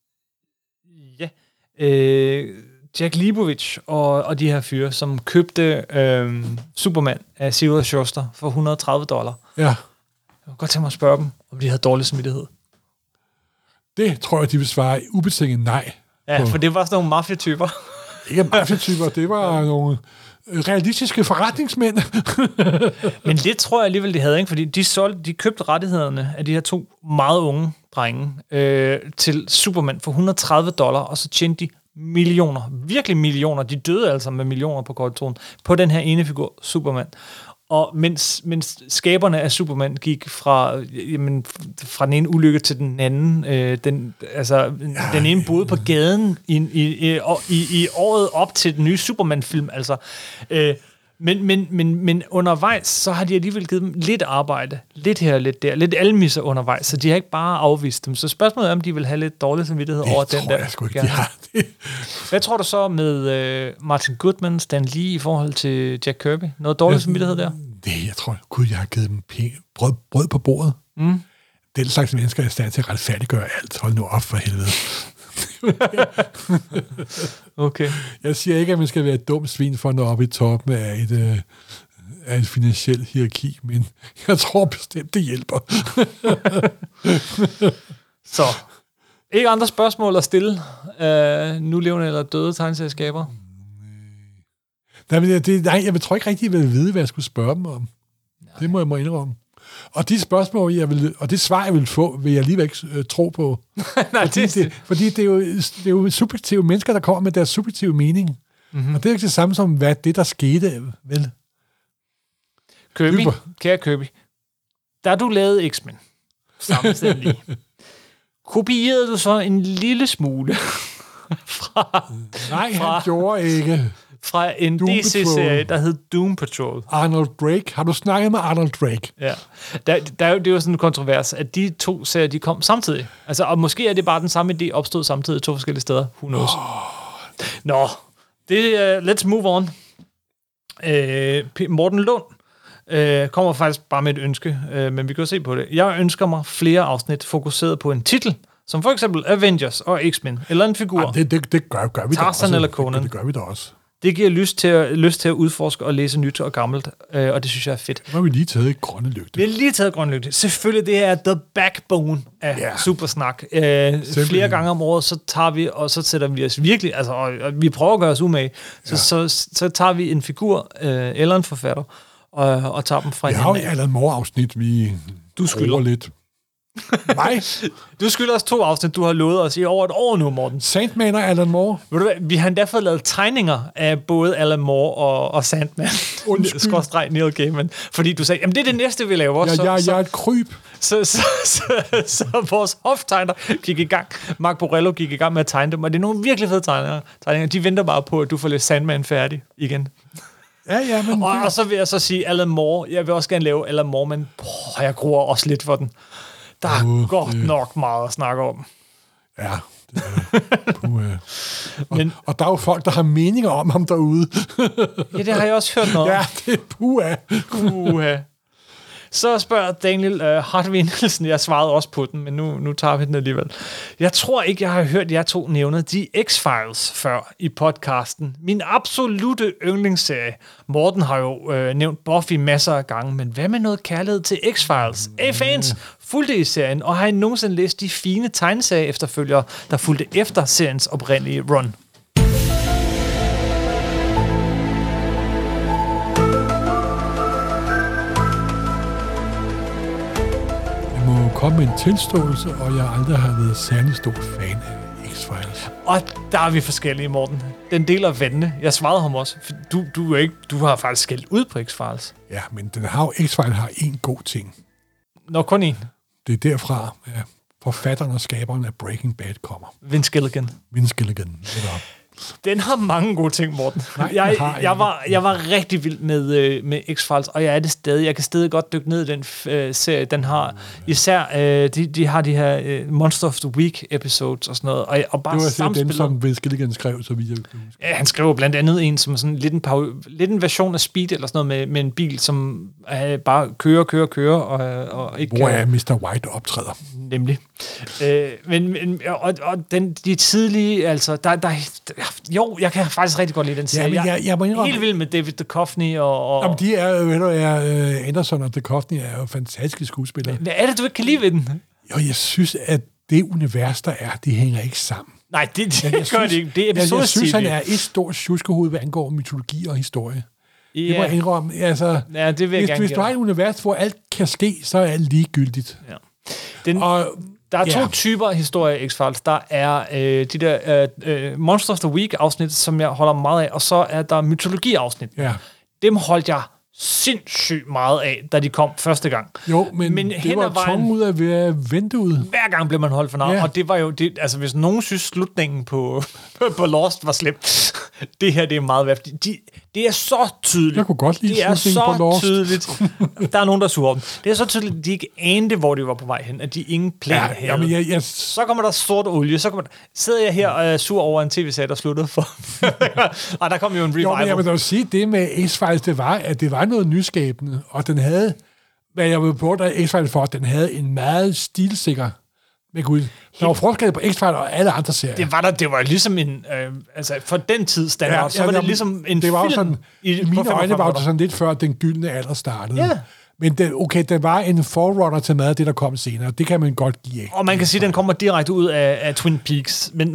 Jack Leibovich og de her fyre, som købte Superman af Siegel og Shuster for $130. Ja. Jeg kunne godt tænke mig at spørge dem, om de havde dårlig samvittighed. Det tror jeg, de vil svare ubetinget nej. Ja, for det var sådan nogle mafia-typer. Ikke mafia-typer, det var nogle realistiske forretningsmænd. Men det tror jeg alligevel, de havde, ikke? Fordi de købte rettighederne af de her 2 meget unge drenge til Superman for $130, og så tjente de millioner, virkelig millioner. De døde altså med millioner på kontoen på den her ene figur, Superman. Og mens skaberne af Superman gik fra den ene ulykke til den anden, den ene boede på gaden i året op til den nye Superman-film, altså. Men undervejs, så har de alligevel givet dem lidt arbejde. Lidt her, lidt der. Lidt almisser undervejs, så de har ikke bare afvist dem. Så spørgsmålet er, om de vil have lidt dårlig samvittighed over den der. Jeg sgu ikke, de har det. Hvad tror du så med Martin Goodman, Stan Lee i forhold til Jack Kirby? Noget dårlig samvittighed der? Jeg tror, Gud, jeg har givet dem brød på bordet. Den slags mennesker er i stand til at retfærdiggøre alt. Hold nu op for helvede. Okay. Jeg siger ikke, at man skal være et dumt svin for at nå op i toppen af et finansielt hierarki, men jeg tror bestemt, det hjælper. Så, ikke andre spørgsmål at stille nu levende eller døde tegneserieskaber? Nej, jeg tror ikke rigtig, jeg vil vide, hvad jeg skulle spørge dem om. Nej. Det må jeg indrømme. Og de spørgsmål, og det svar, jeg vil få, vil jeg alligevel ikke tro på. Nej, fordi det er jo subjektive mennesker, der kommer med deres subjektive mening. Mm-hmm. Og det er ikke det samme som, hvad det, der skete, vel? Kære Kirby, da du lavede X-Men, samtidig, kopierede du så en lille smule fra... Nej, han gjorde ikke. Fra en DC-serie, der hed Doom Patrol. Arnold Drake. Har du snakket med Arnold Drake? Ja. Det er jo sådan en kontrovers, at de 2 serier, de kom samtidig. Altså, og måske er det bare den samme idé opstod samtidig 2 forskellige steder. Who knows? Nå, let's move on. Morten Lund kommer faktisk bare med et ønske, men vi kan jo se på det. Jeg ønsker mig flere afsnit fokuseret på en titel, som for eksempel Avengers og X-Men, eller en figur. Ja, det gør vi da også. Eller Conan. Det gør vi da også. Det giver lyst til at udforske og læse nyt og gammelt, og det synes jeg er fedt. Nu har vi lige taget Grønne Lygte. Vi har lige taget Grønne Lygte. Selvfølgelig, det er the backbone af Supersnak. Flere gange om året, så tager vi, og så sætter vi os virkelig, altså, og vi prøver at gøre os umage, så tager vi en figur eller en forfatter, og tager dem fra hinanden. Vi har jo Alan Moore-afsnit, du skylder lidt. Nej. Du skylder os 2 afsnit, du har lovet os i over et år nu, Morten. Sandman og Alan Moore. Ved du hvad, vi har endda fået lavet tegninger af både Alan Moore og Sandman. Skråstreg Neil Gaiman. Fordi du sagde, jamen det er det næste, vi laver. Jeg er et kryb. Så vores hoftegner gik i gang. Mark Borello gik i gang med at tegne dem, og det er nogle virkelig fede tegninger. De venter bare på, at du får læst Sandman færdig igen. Ja, men... Og så vil jeg så sige Alan Moore. Jeg vil også gerne lave Alan Moore, men jeg gruer også lidt for den. Der er godt nok meget at snakke om. Ja, det er det. Og der er jo folk, der har meninger om ham derude. Ja, det har jeg også hørt noget om. Ja, det er puha. Så spørger Daniel Hartvig Nielsen, jeg svarede også på den, men nu tager vi den alligevel. Jeg tror ikke, jeg har hørt jer 2 nævne de X-Files før i podcasten. Min absolute yndlingsserie. Morten har jo nævnt Buffy masser af gange, men hvad med noget kærlighed til X-Files? Fans fulgte i serien, og har I nogensinde læst de fine tegneserie efterfølgere, der fulgte efter seriens oprindelige run? Komme med en tilståelse, og jeg aldrig har været særlig stor fan af X-Files. Og Der er vi forskellige, Morten. Den deler vandene. Jeg svarede ham også. Du har faktisk skældt ud på X-Files. Ja, men X-Files har en god ting. Nå, kun en. Det er derfra, forfatteren og skaberen af Breaking Bad kommer. Vince Gilligan. Den har mange gode ting, Morten. Nej, jeg var rigtig vild med X-Files, og jeg er det stadig. Jeg kan stadig godt dykke ned i den serie. Den har især, de har de her Monster of the Week episodes og sådan noget. Og bare det var den, som Vince Gilligan skrev, så vidt jeg husker. Ja, han skrev blandt andet en, som sådan lidt en version af Speed, eller sådan noget, med en bil, som bare kører, og ikke... Hvor er Mr. White optræder? Nemlig. De tidlige, altså, jo, jeg kan faktisk rigtig godt lide den serie. Ja, jeg må indrømme, helt vild med David Duchovny og... Jamen, de er Anderson og Duchovny er jo fantastiske skuespillere. Hvad er det, du ikke kan lide ved den? Jo, jeg synes, at det univers, der er, de hænger ikke sammen. Nej, det gør det ikke. Det er episode. Jeg synes, han er et stort tjuskehoved, hvad angår mytologi og historie. Ja. Det må jeg indrømme. Altså, ja, det vil jeg gerne. Hvis du har et univers, hvor alt kan ske, så er alt ligegyldigt. Ja. Der er to typer historie i X-Files. Der er de der Monster of the Week-afsnit, som jeg holder meget af, og så er der mytologi-afsnit. Ja. Dem holdt jeg sindssygt meget af, da de kom første gang. Jo, men det var tungt ud af vinduet. Hver gang blev man holdt for navn, og det var jo... altså, hvis nogen synes, slutningen på Lost var slemt, det her, det er meget værd. Det er så tydeligt. Jeg kunne godt lide slutningen på Lost. Det er så tydeligt. Der er nogen, der er sure om. Det er så tydeligt, at de ikke anede, hvor de var på vej hen, at de ingen plan havde. Så kommer der sort olie, sidder jeg her og er sur over en tv-serie, der sluttede for... og der kom jo en revival. Jo, men jeg vil dog sige, det med X-Files, det var, at det var noget nyskabende, og den havde, hvad jeg vil på der X-Files for, den havde en meget stilsikker med Gud. Der var forskel på X-Files og alle andre serier. Det var ligesom en, altså for den tid standard, så var det ligesom en det var film. Sådan, i mine øjne var det sådan lidt før den gyldne alder startede. Ja. Men der var en forerunner til meget af det, der kom senere. Det kan man godt give af. Og man kan sige, at den kommer direkte ud af Twin Peaks. Men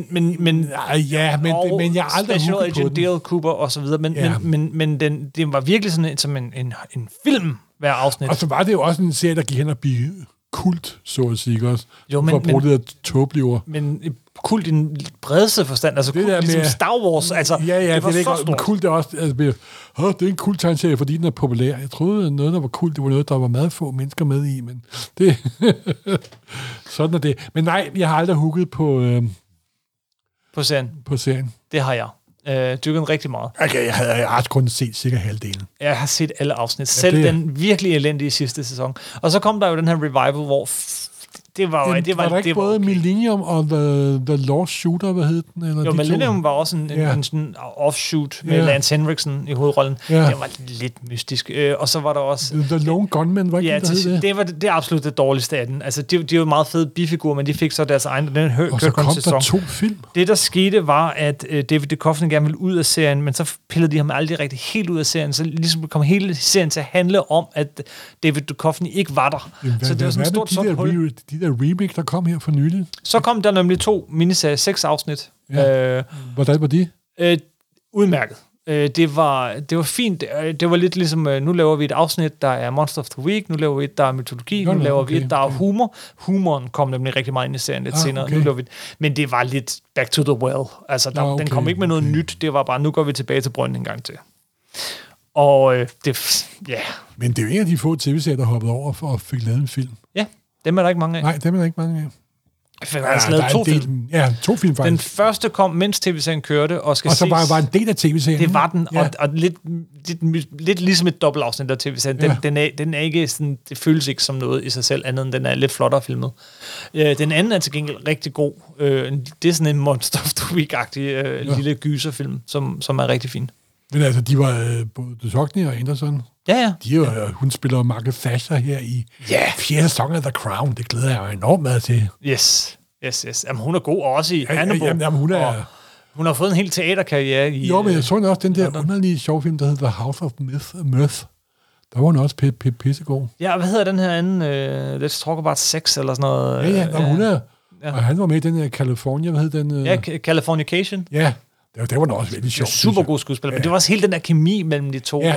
jeg har aldrig Special Agent Dale Cooper og så videre. Men den var virkelig sådan som en film hver afsnit. Og så var det jo også en serie, der gik hen og blive kult, så at sige også. Jo, men, for at bruge det der tåbliver. Men kult i den bredeste forstand, altså kult ligesom Star Wars, altså det var så stort. Kult er også, altså, det er en kult tegneserie, fordi den er populær. Jeg troede, noget, der var kult, det var noget, der var meget få mennesker med i, men det... sådan er det. Men nej, jeg har aldrig hugget på serien. Det har jeg. Dykket rigtig meget. Okay, jeg har kun set sikkert halvdelen. Jeg har set alle afsnit. Selv den virkelig elendige sidste sæson. Og så kom der jo den her revival, hvor var der ikke både okay. Millennium og The Lost Shooter, hvad hed den? Eller jo, Millennium var også en sådan offshoot med Lance Henriksen i hovedrollen. Det var lidt mystisk. Og så var der også... The Lone Gunman, var ikke det er absolut det dårligste af den. Altså, de er jo meget fede bifigurer, men de fik så deres egen... Og så kom der 2 film. Det, der skete, var, at David Duchovny gerne ville ud af serien, men så pillede de ham aldrig rigtig helt ud af serien. Så ligesom kom hele serien til at handle om, at David Duchovny ikke var der. Så det var sådan et stort sort hul. De der remake, der kom her for nylig. Så kom der nemlig 2 miniserier, 6 afsnit. Ja. Hvordan var de? Udmærket. Det var fint. Det var lidt ligesom, nu laver vi et afsnit, der er Monster of the Week, nu laver vi et, der er mytologi, nu laver vi et, der er humor. Humoren kom nemlig rigtig meget ind i serien lidt senere. Nu laver vi men det var lidt back to the well. Altså, den kom ikke med noget nyt. Det var bare, nu går vi tilbage til brønden en gang til. Og Men det er jo en af de få tv-serier, der hoppede over og fik lavet en film. Ja. Dem er der ikke mange af. Nej, dem er der ikke mange af. Jeg har altså lavet 2 film. Ja, 2 film faktisk. Den første kom, mens tv-serien kørte, og skal og så var en del af tv-serien. Det var den, og lidt ligesom et dobbeltafsnit af tv-serien. Den er ikke sådan, det føles ikke som noget i sig selv, andet end den er lidt flottere filmet. Den anden er til gengæld rigtig god. Det er sådan en Monster of the Week-agtig lille gyserfilm, som er rigtig fin. Men altså, de var både Duchovny og Anderson. Ja. Hun spiller Margaret Thatcher her i 4. sæson af The Crown. Det glæder jeg jo enormt meget til. Yes. Jamen, hun er god også i Hannibal. Jamen, hun har fået en hel teaterkarriere i... Jo, men jeg så også den der underlige sjovfilm, der hedder The House of Mirth. Der var hun også pissegod. Ja, hvad hedder den her anden? Let's Talk About Sex, eller sådan noget. Ja, hun er... Ja. Og han var med i den her California, hvad hed den? Californication. Ja. Det var da også veldig sjovt. Super god skuespiller, men det var også hele den der kemi mellem de to.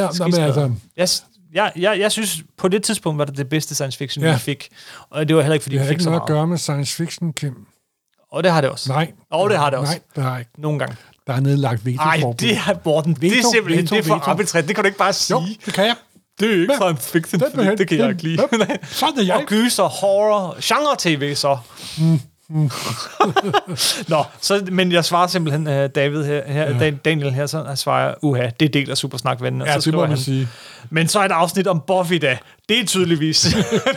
Jeg synes, på det tidspunkt var det bedste science fiction, vi fik. Og det var heller ikke, fordi vi fik så meget. Det har ikke noget at gøre med science fiction, Kim. Og det har det også. Nej. Og det har det også. Nej, det har ikke. Nogle gange. Der er nedlagt veto-forbud. Nej, det er Morten. Det er simpelthen det er for arbitrært. Det kan du ikke bare sige. Jo, det kan jeg. Det er ikke science fiction. Det kan jeg ikke lide. Sådan er jeg. Og gyser, horror, genre-tv så. Nå, men jeg svarer simpelthen David her, Daniel her, så svarer jeg, det deler Supersnak-vennen. Ja, så det må man sige. Men så er et afsnit om Buffy da. Det er tydeligvis.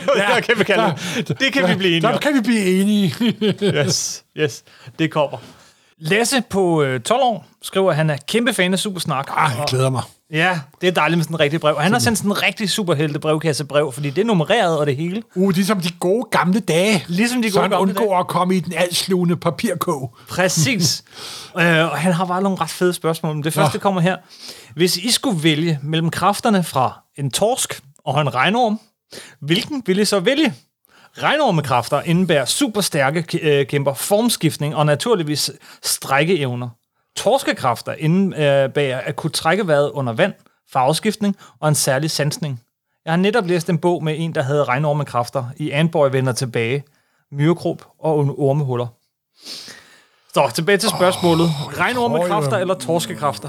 Det kan vi blive enige om. Der kan vi blive enige. Yes, det kommer. Lasse på 12 år skriver, at han er kæmpe fan af Supersnak. Jeg glæder mig. Ja, det er dejligt med sådan en rigtig brev. Og han har sendt sådan en rigtig superhelte brevkassebrev, fordi det er nummereret og det hele. Ligesom de gode gamle dage. Ligesom de gode gamle dage. Så han undgår at komme i den altslugende papirkog. Præcis. Og han har bare nogle ret fede spørgsmål. Det første kommer her. Hvis I skulle vælge mellem kræfterne fra en torsk og en regnorm, hvilken vil I så vælge? Regnormekræfter indebærer super stærke kæmper, formskiftning og naturligvis strækkeevner. Torskekræfter indebærer at kunne trække vejret under vand, farveskiftning og en særlig sansning. Jeg har netop læst en bog med en, der havde regnormekræfter i Antboy vender tilbage, myrekrop og ormehuller. Så tilbage til spørgsmålet. Regnormekræfter eller torskekræfter?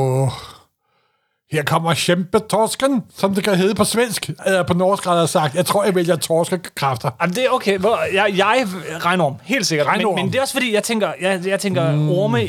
Her kommer kæmpetorsken, som det kan hedde på svensk, eller på norsk har jeg sagt. Jeg tror, jeg vælger torskekræfter. Jamen, det er okay. Jeg regnorm, helt sikkert. Men det er også fordi, jeg tænker orme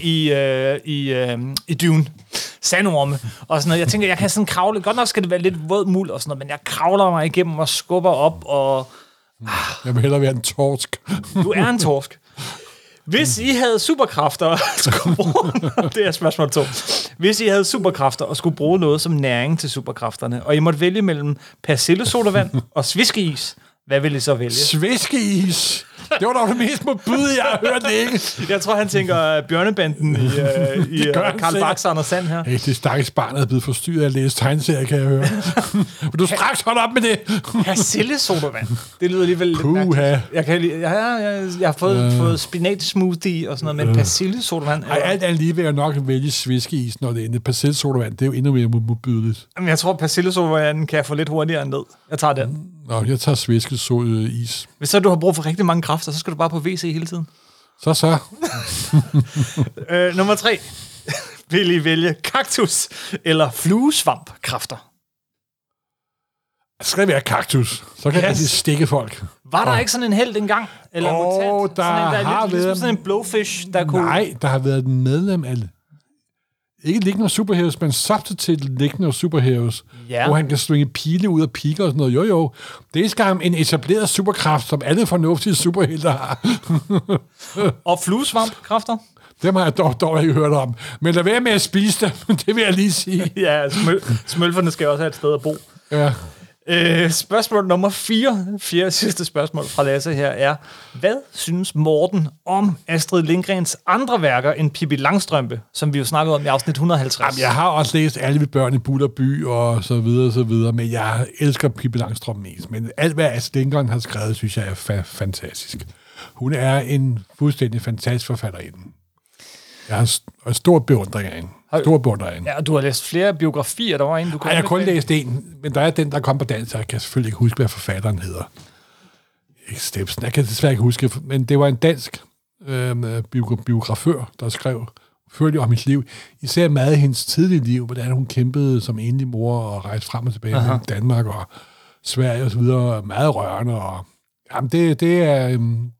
i Dune. Sandorme og sådan noget. Jeg tænker, jeg kan sådan kravle. Godt nok skal det være lidt våd muld og sådan noget, men jeg kravler mig igennem og skubber op og... Jeg vil hellere være en torsk. Du er en torsk. Hvis I havde superkræfter skulle bruge... Det er spørgsmål 2. Hvis I havde superkræfter og skulle bruge noget som næring til superkræfterne, og I måtte vælge mellem persillesodavand og sviskeis, hvad vil I så vælge? Sviskeis? Det var dog det mest modbydelige, jeg har hørt ikke. Jeg tror, han tænker Bjørnebanden i Karl Bachs Anders Sand her. Hey, det stakkels barn er blevet forstyrret af at læse tegneserier, kan jeg høre. Vil du straks holde op med det? Persillesodavand. Det lyder alligevel lidt mærkeligt. Jeg har fået spinatsmoothie og sådan noget, men persillesodavand... Alt andet lige vil jeg nok vælge sviskeis, når det ender. Persillesodavand, det er jo endnu mere modbydeligt. Jamen, jeg tror, persillesodavand kan jeg få lidt hurtigere ned. Jeg tager den. Nå, jeg tager sviskeis. Hvis så du har brug for rigtig mange kræfter, så skal du bare på WC hele tiden. Så. Nummer 3. Vil I vælge kaktus eller fluesvampkræfter? Det skal være kaktus. Så kan jeg stikke folk. Var der ikke sådan en held engang? Eller mutant? Der har været... Ligesom sådan en blowfish, der kunne... Nej, der har været en medlem af... Ikke Legion of Superheroes, men subtitle Legion of Superheroes, hvor han kan svinge pile ud af piker og sådan noget. Jo. Det er skam en etableret superkraft, som alle fornuftige superhelter har. Og fluesvampkræfter? Dem har jeg dog ikke hørt om. Men lad være med at spise dem, det vil jeg lige sige. Ja, smølferne skal også have et sted at bo. Ja. Spørgsmål nummer 4 sidste spørgsmål fra Lasse her er, hvad synes Morten om Astrid Lindgrens andre værker end Pippi Langstrømpe, som vi jo snakkede om i afsnit 150? Jamen, jeg har også læst Alle vi børn i Bullerby og så videre, men jeg elsker Pippi Langstrømpe mest. Men alt, hvad Astrid Lindgren har skrevet, synes jeg er fantastisk. Hun er en fuldstændig fantastisk forfatterinde. Jeg har stor beundring af hende. Ja, du har læst flere biografier, der var en, du kunne... Jeg har kun læst en, men der er den, der kom på dansk, så jeg kan selvfølgelig ikke huske, hvad forfatteren hedder. Ikke Stepsen, jeg kan desværre ikke huske, men det var en dansk biografør, der skrev følge om hendes liv. Især meget af hendes tidlige liv, hvordan hun kæmpede som enlig mor og rejste frem og tilbage mellem Danmark og Sverige og så videre. Meget rørende. Og, jamen, det er...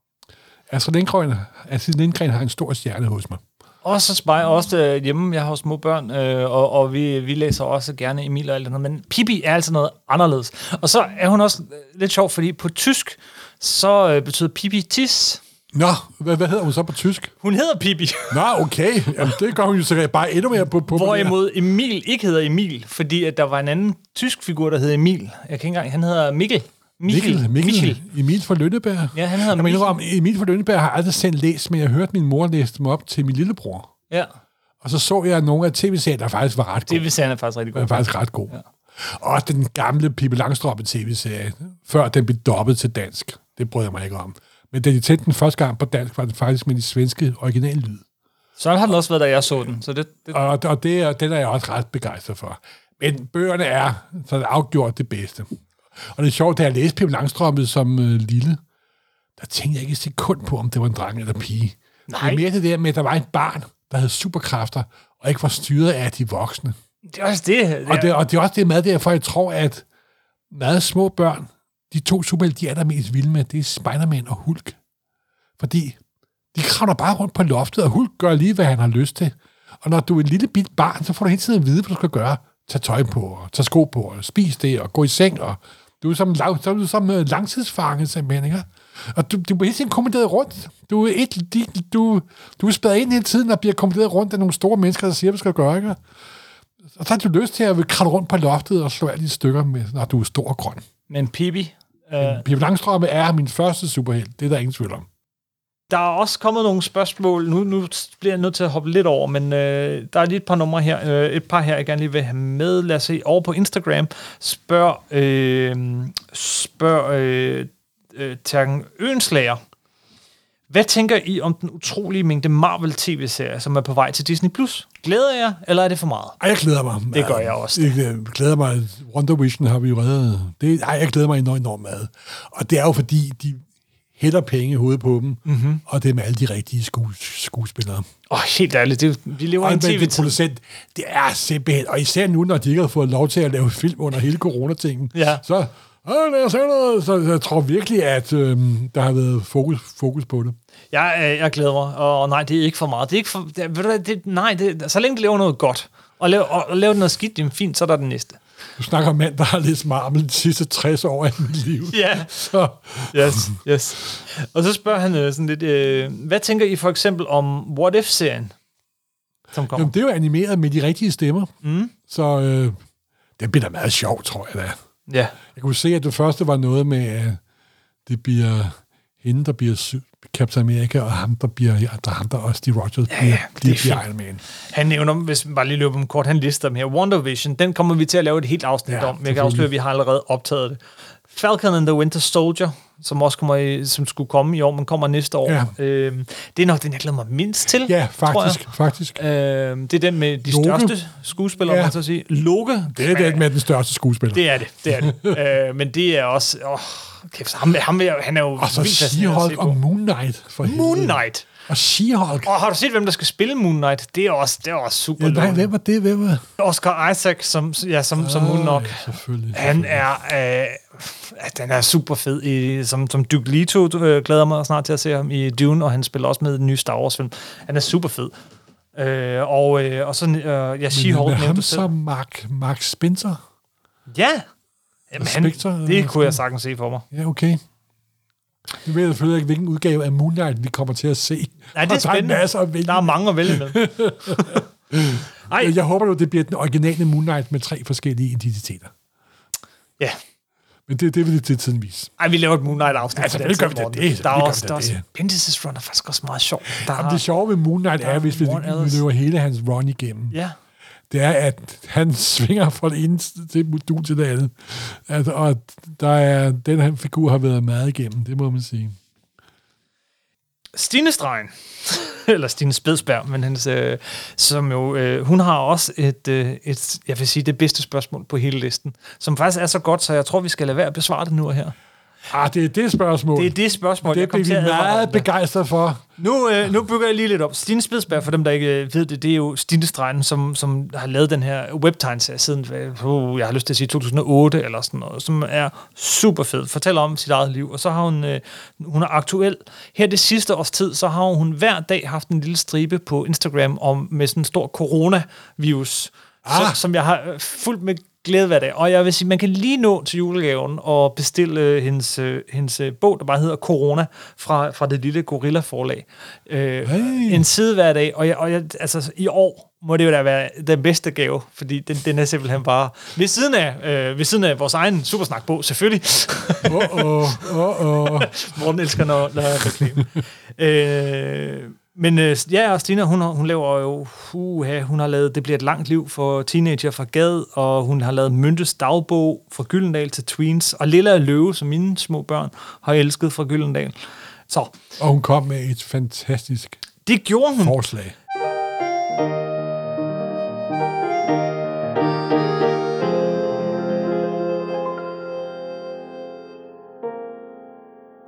Astrid Lindgren har en stor stjerne hos mig. Også hjemme, jeg har små børn, og vi læser også gerne Emil og alt det noget, men Pippi er altså noget anderledes. Og så er hun også lidt sjov, fordi på tysk, så betyder Pippi tis. Nå, hvad hedder hun så på tysk? Hun hedder Pippi. Nå, okay. Jamen, det gør hun jo så bare endnu mere på. Hvorimod Emil ikke hedder Emil, fordi at der var en anden tysk figur, der hed Emil. Jeg kan ikke engang, han hedder Mikkel. Michel. Emil fra Lønneberg. Ja, han hedder Michel. Emil fra Lønneberg har aldrig selv læst, men jeg hørte min mor læse dem op til min lillebror. Ja. Og så jeg nogle af tv-serier, der faktisk var ret gode. tv-serien er faktisk rigtig god. Den er faktisk ret god. Ja. Og den gamle Pippi Langstrømpe tv-serie, før den blev dobbet til dansk. Det brød jeg mig ikke om. Men da de tændte den første gang på dansk, var det faktisk med de svenske originale lyd. Sådan har den også været, da jeg så den. Så den er jeg også ret begejstret for. Men bøgerne er så afgjort det bedste. Og det er sjovt, da jeg læste Pippi Langstrømpe som lille, der tænkte jeg ikke et sekund på, om det var en dreng eller pige. Nej. Det er mere det der med, at der var et barn, der havde superkræfter, og ikke var styret af de voksne. Det er også det. Og det er også det med derfor, jeg tror, at meget små børn, de to superhelte, de er der mest vilde med, det er Spider-Man og Hulk. Fordi de kravler bare rundt på loftet, og Hulk gør lige, hvad han har lyst til. Og når du er et lille bit barn, så får du hele tiden at vide, hvad du skal gøre. Tag tøj på, og tage sko på, og spise det, og gå i seng, og du er som langtidsfange, simpelthen, ikke? Og du bliver hele tiden kommanderet rundt. Du er spadet ind hele tiden, og bliver kommanderet rundt af nogle store mennesker, der siger, hvad du skal gøre, ikke? Og så har du lyst til at kravle rundt på loftet og slå alle de stykker med, når du er stor og grøn. Men Pippi... Pippi Langstrømpe er min første superhelt. Det er der ingen tvivl om. Der er også kommet nogle spørgsmål. Nu bliver jeg nødt til at hoppe lidt over, men der er lige et par numre her. Et par her, jeg gerne lige vil have med. Lad os se. Over på Instagram spørg Terken Øenslager. Hvad tænker I om den utrolige mængde Marvel-tv-serier, som er på vej til Disney+? Glæder jeg, eller er det for meget? Jeg glæder mig. Det gør jeg også. Jeg glæder mig. Wonder Vision har vi jo reddet. Jeg glæder mig enormt meget. Og det er jo fordi, de hælder penge i hovedet på dem, og det er med alle de rigtige skuespillere. Helt ærligt, vi lever i en tv-tid. Det er simpelthen, og især nu, når de ikke har fået lov til at lave film under hele coronatingen, så jeg tror virkelig, at der har været fokus på det. Jeg glæder mig, og nej, det er ikke for meget. Det er ikke for, så længe de laver noget godt, og laver noget skidt, det er fint, så er der den næste. Du snakker om mand, der har læst Marvel de sidste 60 år af mit liv. Ja. Så. Yes. Og så spørger han sådan lidt, hvad tænker I for eksempel om What If-serien, som kommer? Jamen, det er jo animeret med de rigtige stemmer. Så det bliver da meget sjovt, tror jeg da. Ja. Jeg kunne se, at det første var noget med, at det bliver hende, der bliver Captain America, og ham, der også Steve Rogers bliver Iron Man. Han nævner, hvis man bare lige løber dem kort, han lister dem her. WandaVision, den kommer vi til at lave et helt afsnit om. Jeg kan afsløre, at vi har allerede optaget det. Falcon and the Winter Soldier, som også som skulle komme i år, men kommer næste år. Ja. Det er nok den, jeg glæder mig mindst til. Ja, faktisk. Det er den med de største skuespillere, man så sige. Loke. Det er den med den største skuespiller. Det er det. Men det er også... kæft, han er jo... Og så She-Hulk og Moon Knight. Moon Knight. Og She-Hulk. Og har du set, hvem der skal spille Moon Knight? Det er også super. Nej, hvem var det? Hvem var? Oscar Isaac som Moon Knight. Han er... den er super fed. Som Duke Leto glæder mig snart til at se ham i Dune, og han spiller også med den nye Star Wars-film. Han er super fed. Og så She-Hulk. Men ham så Mark Spencer? Ja. Jamen, det kunne jeg sagtens se for mig. Ja, okay. Nu ved jeg selvfølgelig ikke, hvilken udgave af Moon Knight vi kommer til at se. Nej, det er spændende. Der er mange at vælge med. Jeg håber jo, det bliver den originale Moon Knight med 3 forskellige identiteter. Ja. Men det vil det til tiden vise. Ej, vi laver et Moon Knight-afsnit. Altså, det gør vi det. Der er også Pentesis Run er faktisk også meget sjov. Det sjove ved Moon Knight er, hvis vi løber hele hans run igennem. Ja. Det er, at han svinger fra det ene til modul til det andet. Altså, og den her figur har været meget igennem, det må man sige. Stine Stregen, eller Stine Spedsberg, men hendes, som jo, hun har også et, jeg vil sige, det bedste spørgsmål på hele listen, som faktisk er så godt, så jeg tror, vi skal lade være at besvare det nu og her. Det er det spørgsmål. Det er det spørgsmål, jeg kommer til at meget begejstret for. Nu bygger jeg lige lidt op. Stine Spedsberg, for dem, der ikke ved det, det er jo Stine Stregen, som har lavet den her webtegneserie siden, jeg har lyst til at sige 2008 eller sådan noget, som er super fed. Fortæller om sit eget liv, og så har hun er aktuel. Her det sidste års tid, så har hun hver dag haft en lille stribe på Instagram med sådan en stor coronavirus, som jeg har fulgt med glæde hver dag. Og jeg vil sige, man kan lige nå til julegaven og bestille hendes bog, der bare hedder Corona, fra det lille Gorilla-forlag. En side hver dag. Og jeg, altså, i år må det jo da være den bedste gave, fordi den er simpelthen bare ved siden af vores egen Supersnak-bog, selvfølgelig. Morten elsker, når jeg er reklame. Men og Stina, hun laver jo, hun har lavet Det bliver et langt liv for teenager fra Gad, og hun har lavet Myntes dagbog fra Gyldendal til Tweens, og Lilla Løve, som mine små børn har elsket fra Gyldendal. Så. Og hun kom med et fantastisk forslag.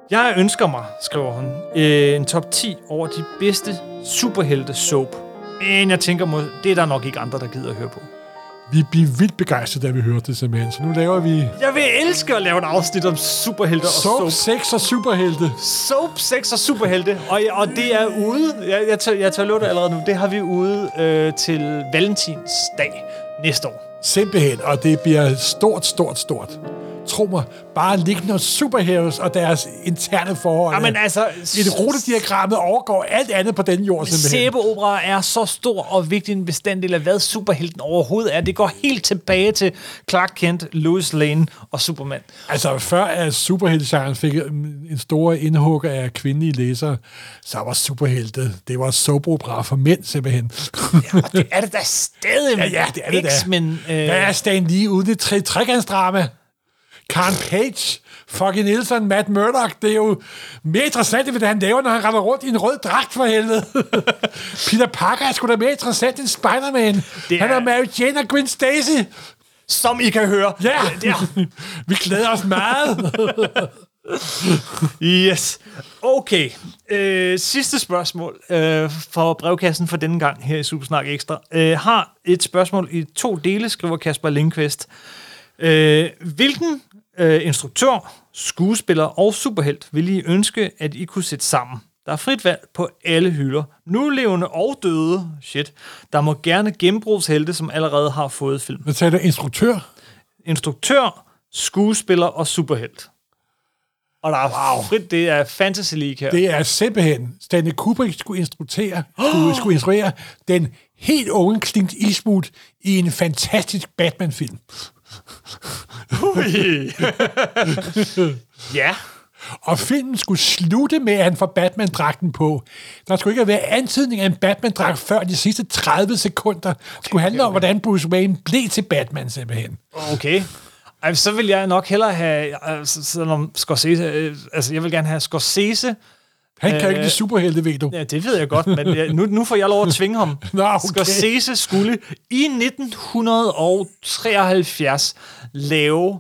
Jeg ønsker mig, skriver hun, en top 10 over de bedste superhelte soap. Men jeg tænker, det er der nok ikke andre, der gider at høre på. Vi bliver vildt begejstrede, da vi hørte det simpelthen. Så nu laver vi... Jeg vil elske at lave et afsnit om superhelte og soap. Sex og superhelte. Soap, sex og superhelte. Og det er ude. Jeg tør love det allerede nu. Det har vi ude til Valentinsdag næste år. Simpelthen. Og det bliver stort. Tro mig, bare liggende og superheroes og deres interne forhold. Jamen altså... Et rutediagrammet overgår alt andet på den jord, simpelthen. Sæbeopera er så stor og vigtig en bestanddel af, hvad superhelten overhovedet er. Det går helt tilbage til Clark Kent, Lois Lane og Superman. Altså, før at superheltegenren fik en stor indhugger af kvindelige læsere, så var superhelte, det var soapopera for mænd, simpelthen. Ja, det er det da stadig. Ja, det er det da. X-Men... Hvad er Stan Lee uden et trekantsdrama? Karen Page, fucking Nielsen, Matt Murdock, det er jo mere interessant, hvad han laver, når han render rundt i en rød dragt for helvede. Peter Parker er sgu da mere interessant end Spider-Man. Han er Mary Jane og Gwen Stacy. Som I kan høre. Ja, vi glæder os meget. Yes. Okay. Sidste spørgsmål for brevkassen for denne gang her i Supersnak Ekstra. Har et spørgsmål i 2 dele, skriver Kasper Lindqvist. Hvilken instruktør, skuespiller og superhelt vil I ønske, at I kunne sætte sammen? Der er frit valg på alle hylder. Nulevende og døde. Shit. Der må gerne gennembrugshelte, som allerede har fået film. Hvad sagde du? Instruktør? Instruktør, skuespiller og superhelt. Og der er frit, det er Fantasy League her. Det er simpelthen, Stanley Kubrick skulle instruere den helt unge Clint Eastwood i en fantastisk Batman-film. Ja. Og filmen skulle slutte med, at han får Batman-dragten på. Der skulle ikke være antydning af en Batman-dragt før de sidste 30 sekunder. Det skulle handle om, hvordan Bruce Wayne blev til Batman, simpelthen. Okay. Altså, så vil jeg nok hellere have, selvom Scorsese, jeg vil gerne have Scorsese. Han kan ikke lide superhelte, ved du. Ja, det ved jeg godt, men nu får jeg lov at tvinge ham. Nå, okay. Scorsese skulle i 1973 lave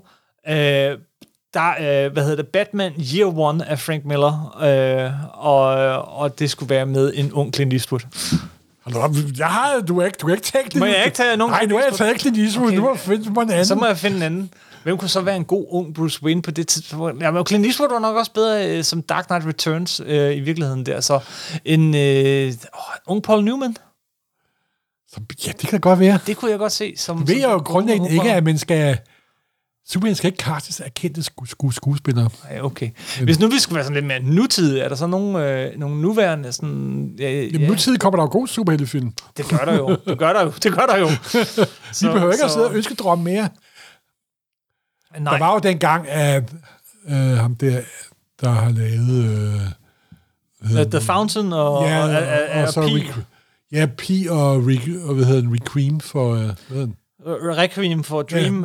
Batman Year One af Frank Miller, og det skulle være med en ung Clint Eastwood. Du har ikke tænkt det. Må jeg ikke tage nogen? Nej, nu har jeg taget Clint Eastwood. Okay. Nu må jeg finde på en anden. Så må jeg finde en anden. Hvem kunne så være en god ung Bruce Wayne på det tidspunkt? Ja, men Clint Eastwood var nok også bedre som Dark Knight Returns i virkeligheden der. Så en ung Paul Newman. Ja, det kan godt være. Det kunne jeg godt se. Som ved jeg jo grundlæggende ikke, at man skal... Superman skal ikke castes af kendte skuespillere. Ja, okay. Hvis nu vi skulle være sådan lidt mere nutidig, er der så nogle nuværende sådan... Nutidig kommer der jo god superheltefilm. Det gør der jo. Det gør der jo. Vi behøver ikke at sidde og ønskedrømme mere. Nej. Der var jo dengang, at ham der har lavet... The Fountain og så P. Requiem for... Requiem for Dream.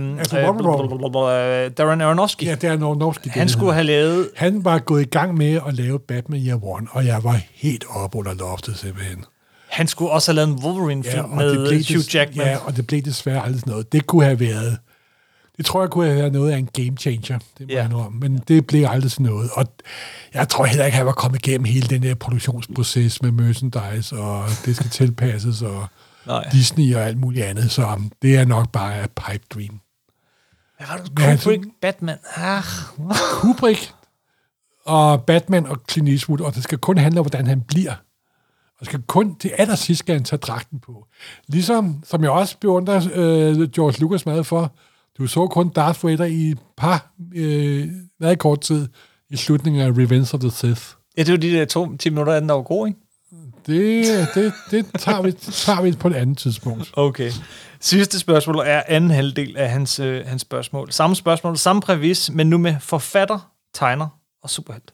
Darren Aronofsky. Ja, Darren Aronofsky. Han skulle have lavet... Han var gået i gang med at lave Batman Year One, og jeg var helt op under loftet simpelthen. Han skulle også have lavet en Wolverine-film med Hugh Jackman. Ja, og det blev desværre aldrig sådan noget. Det kunne have været... Det tror jeg kunne have været noget af en game changer, det må jeg nu om. Men det blev aldrig sådan noget. Og jeg tror heller ikke, at han var kommet igennem hele den der produktionsproces med merchandise, og det skal tilpasses, og Disney og alt muligt andet. Så det er nok bare et pipe dream. Hvad var det? Kubrick, Batman. Kubrick og Batman og Clint Eastwood, og det skal kun handle om, hvordan han bliver. Og skal kun til allersidst skal han tage dragten på. Ligesom, som jeg også beundrer George Lucas meget for, du så kun Darth Vader i meget kort tid i slutningen af Revenge of the Sith. Ja, det var de der 10 minutter, der var gode, ikke? Det tager vi på et andet tidspunkt. Okay. Sidste spørgsmål er anden halvdel af hans spørgsmål. Samme spørgsmål, samme præmis, men nu med forfatter, tegner og superhelt.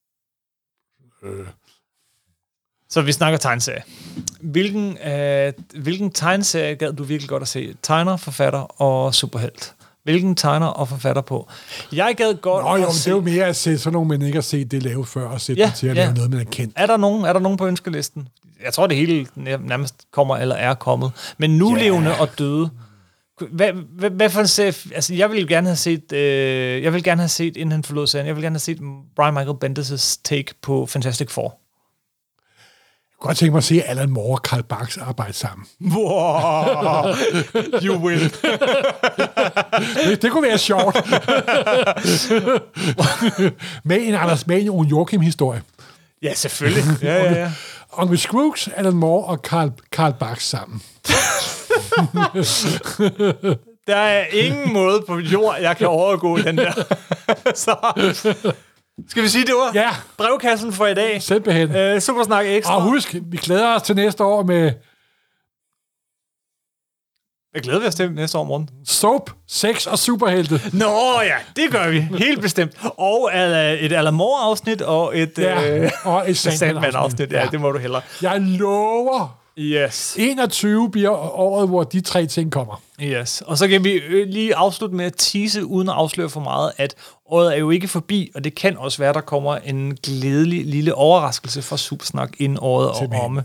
Så vi snakker tegneserie. Hvilken tegneserie gad du virkelig godt at se? Tegner, forfatter og superhelt. Hvilken tegner og forfatter på? Jeg gad godt at se... det er jo mere at se sådan nogle, man ikke har set det lave før, og sætte dem til at lave noget, man er kendt. Er der nogen på ønskelisten? Jeg tror, det hele nærmest kommer eller er kommet. Men nulevende og døde. Hvad for en serie? Altså, jeg vil gerne have set, inden han forlod serien, jeg vil gerne have set Brian Michael Bendis' take på Fantastic Four. Jeg kunne godt tænke mig at se Alan Moore og Carl Barks arbejde sammen. Wow, you win. det kunne være sjovt. Med en Anders Mann og Joachim-historie. Ja, selvfølgelig. Ja. Onkel Scrooge, Alan Moore og Carl Barks sammen. Der er ingen måde på jord, jeg kan overgå den der. Så skal vi sige det var? Ja. Brevkassen for i dag. Simpelthen. Supersnak Ekstra. Og husk, vi glæder os til næste år med... Jeg glæder vi os til næste år, Morten. Soap, sex og superhelte. Nå ja, det gør vi. Helt bestemt. Og et Alan Moore-afsnit og et Sandman-afsnit. Ja, det må du hellere. Jeg lover... Yes. 21 bliver året, hvor de 3 ting kommer. Yes. Og så kan vi lige afslutte med at tease, uden at afsløre for meget, at året er jo ikke forbi, og det kan også være, der kommer en glædelig lille overraskelse fra Supersnak inden året og omme.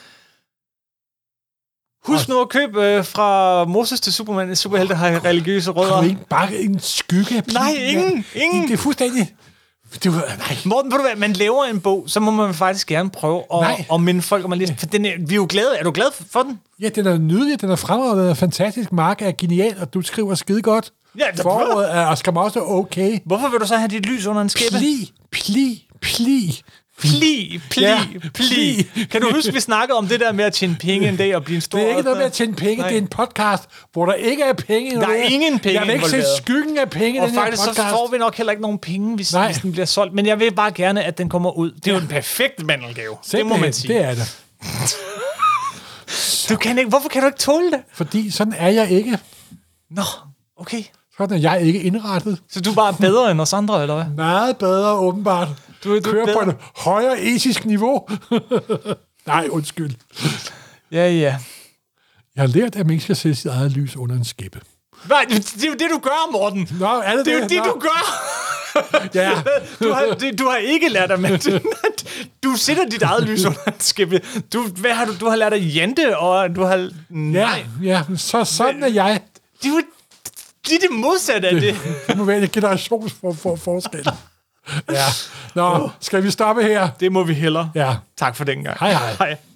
Husk nu at købe fra Moses til Superman. Superhelte har religiøse rødder. Har du ikke bare en skygge? Nej, ingen. Det er fuldstændig... Nej. Morten, ved du hvad, man laver en bog, så må man faktisk gerne prøve at minde folk om at læse. For vi er jo glade. Er du glad for den? Ja, den er nydelig, den er fremragende, den er fantastisk. Mark er genial, og du skriver skide godt. Ja, foråret er Oscar også okay. Hvorfor vil du så have dit lys under en skæppe? Pli. Kan du huske, vi snakkede om det der med at tjene penge en dag og blive en stor... Det er ikke noget med at tjene penge, det er en podcast, hvor der ikke er penge. Der er ingen penge. Jeg vil ikke se skyggen af penge i den her podcast. Og faktisk så får vi nok heller ikke nogen penge, hvis den bliver solgt. Men jeg vil bare gerne, at den kommer ud. Det er jo den perfekte mandelgave. Det må man sige. Det er det. Du kan ikke... Hvorfor kan du ikke tåle det? Fordi sådan er jeg ikke. Nå, okay. Sådan er jeg ikke indrettet. Så du er bare bedre end os andre, eller hvad? Meget bedre, åbenbart. Du kører på et højere etisk niveau. Nej, undskyld. Ja. Jeg har lært, at man ikke skal sætte sit eget lys under en skæppe. Nej, det er jo det, du gør, Morten. Nå, er det er jo det, du gør. Ja. Du har ikke lært dig, men du sætter dit eget lys under en skæppe. Hvad har du? Du har lært dig jante, og du har... Ja, så sådan er jeg. Det er det modsatte af det. Det må være en generationsforskel. Ja. Nå, skal vi stoppe her? Det må vi hellere. Ja. Tak for den gang. Hej. Hej.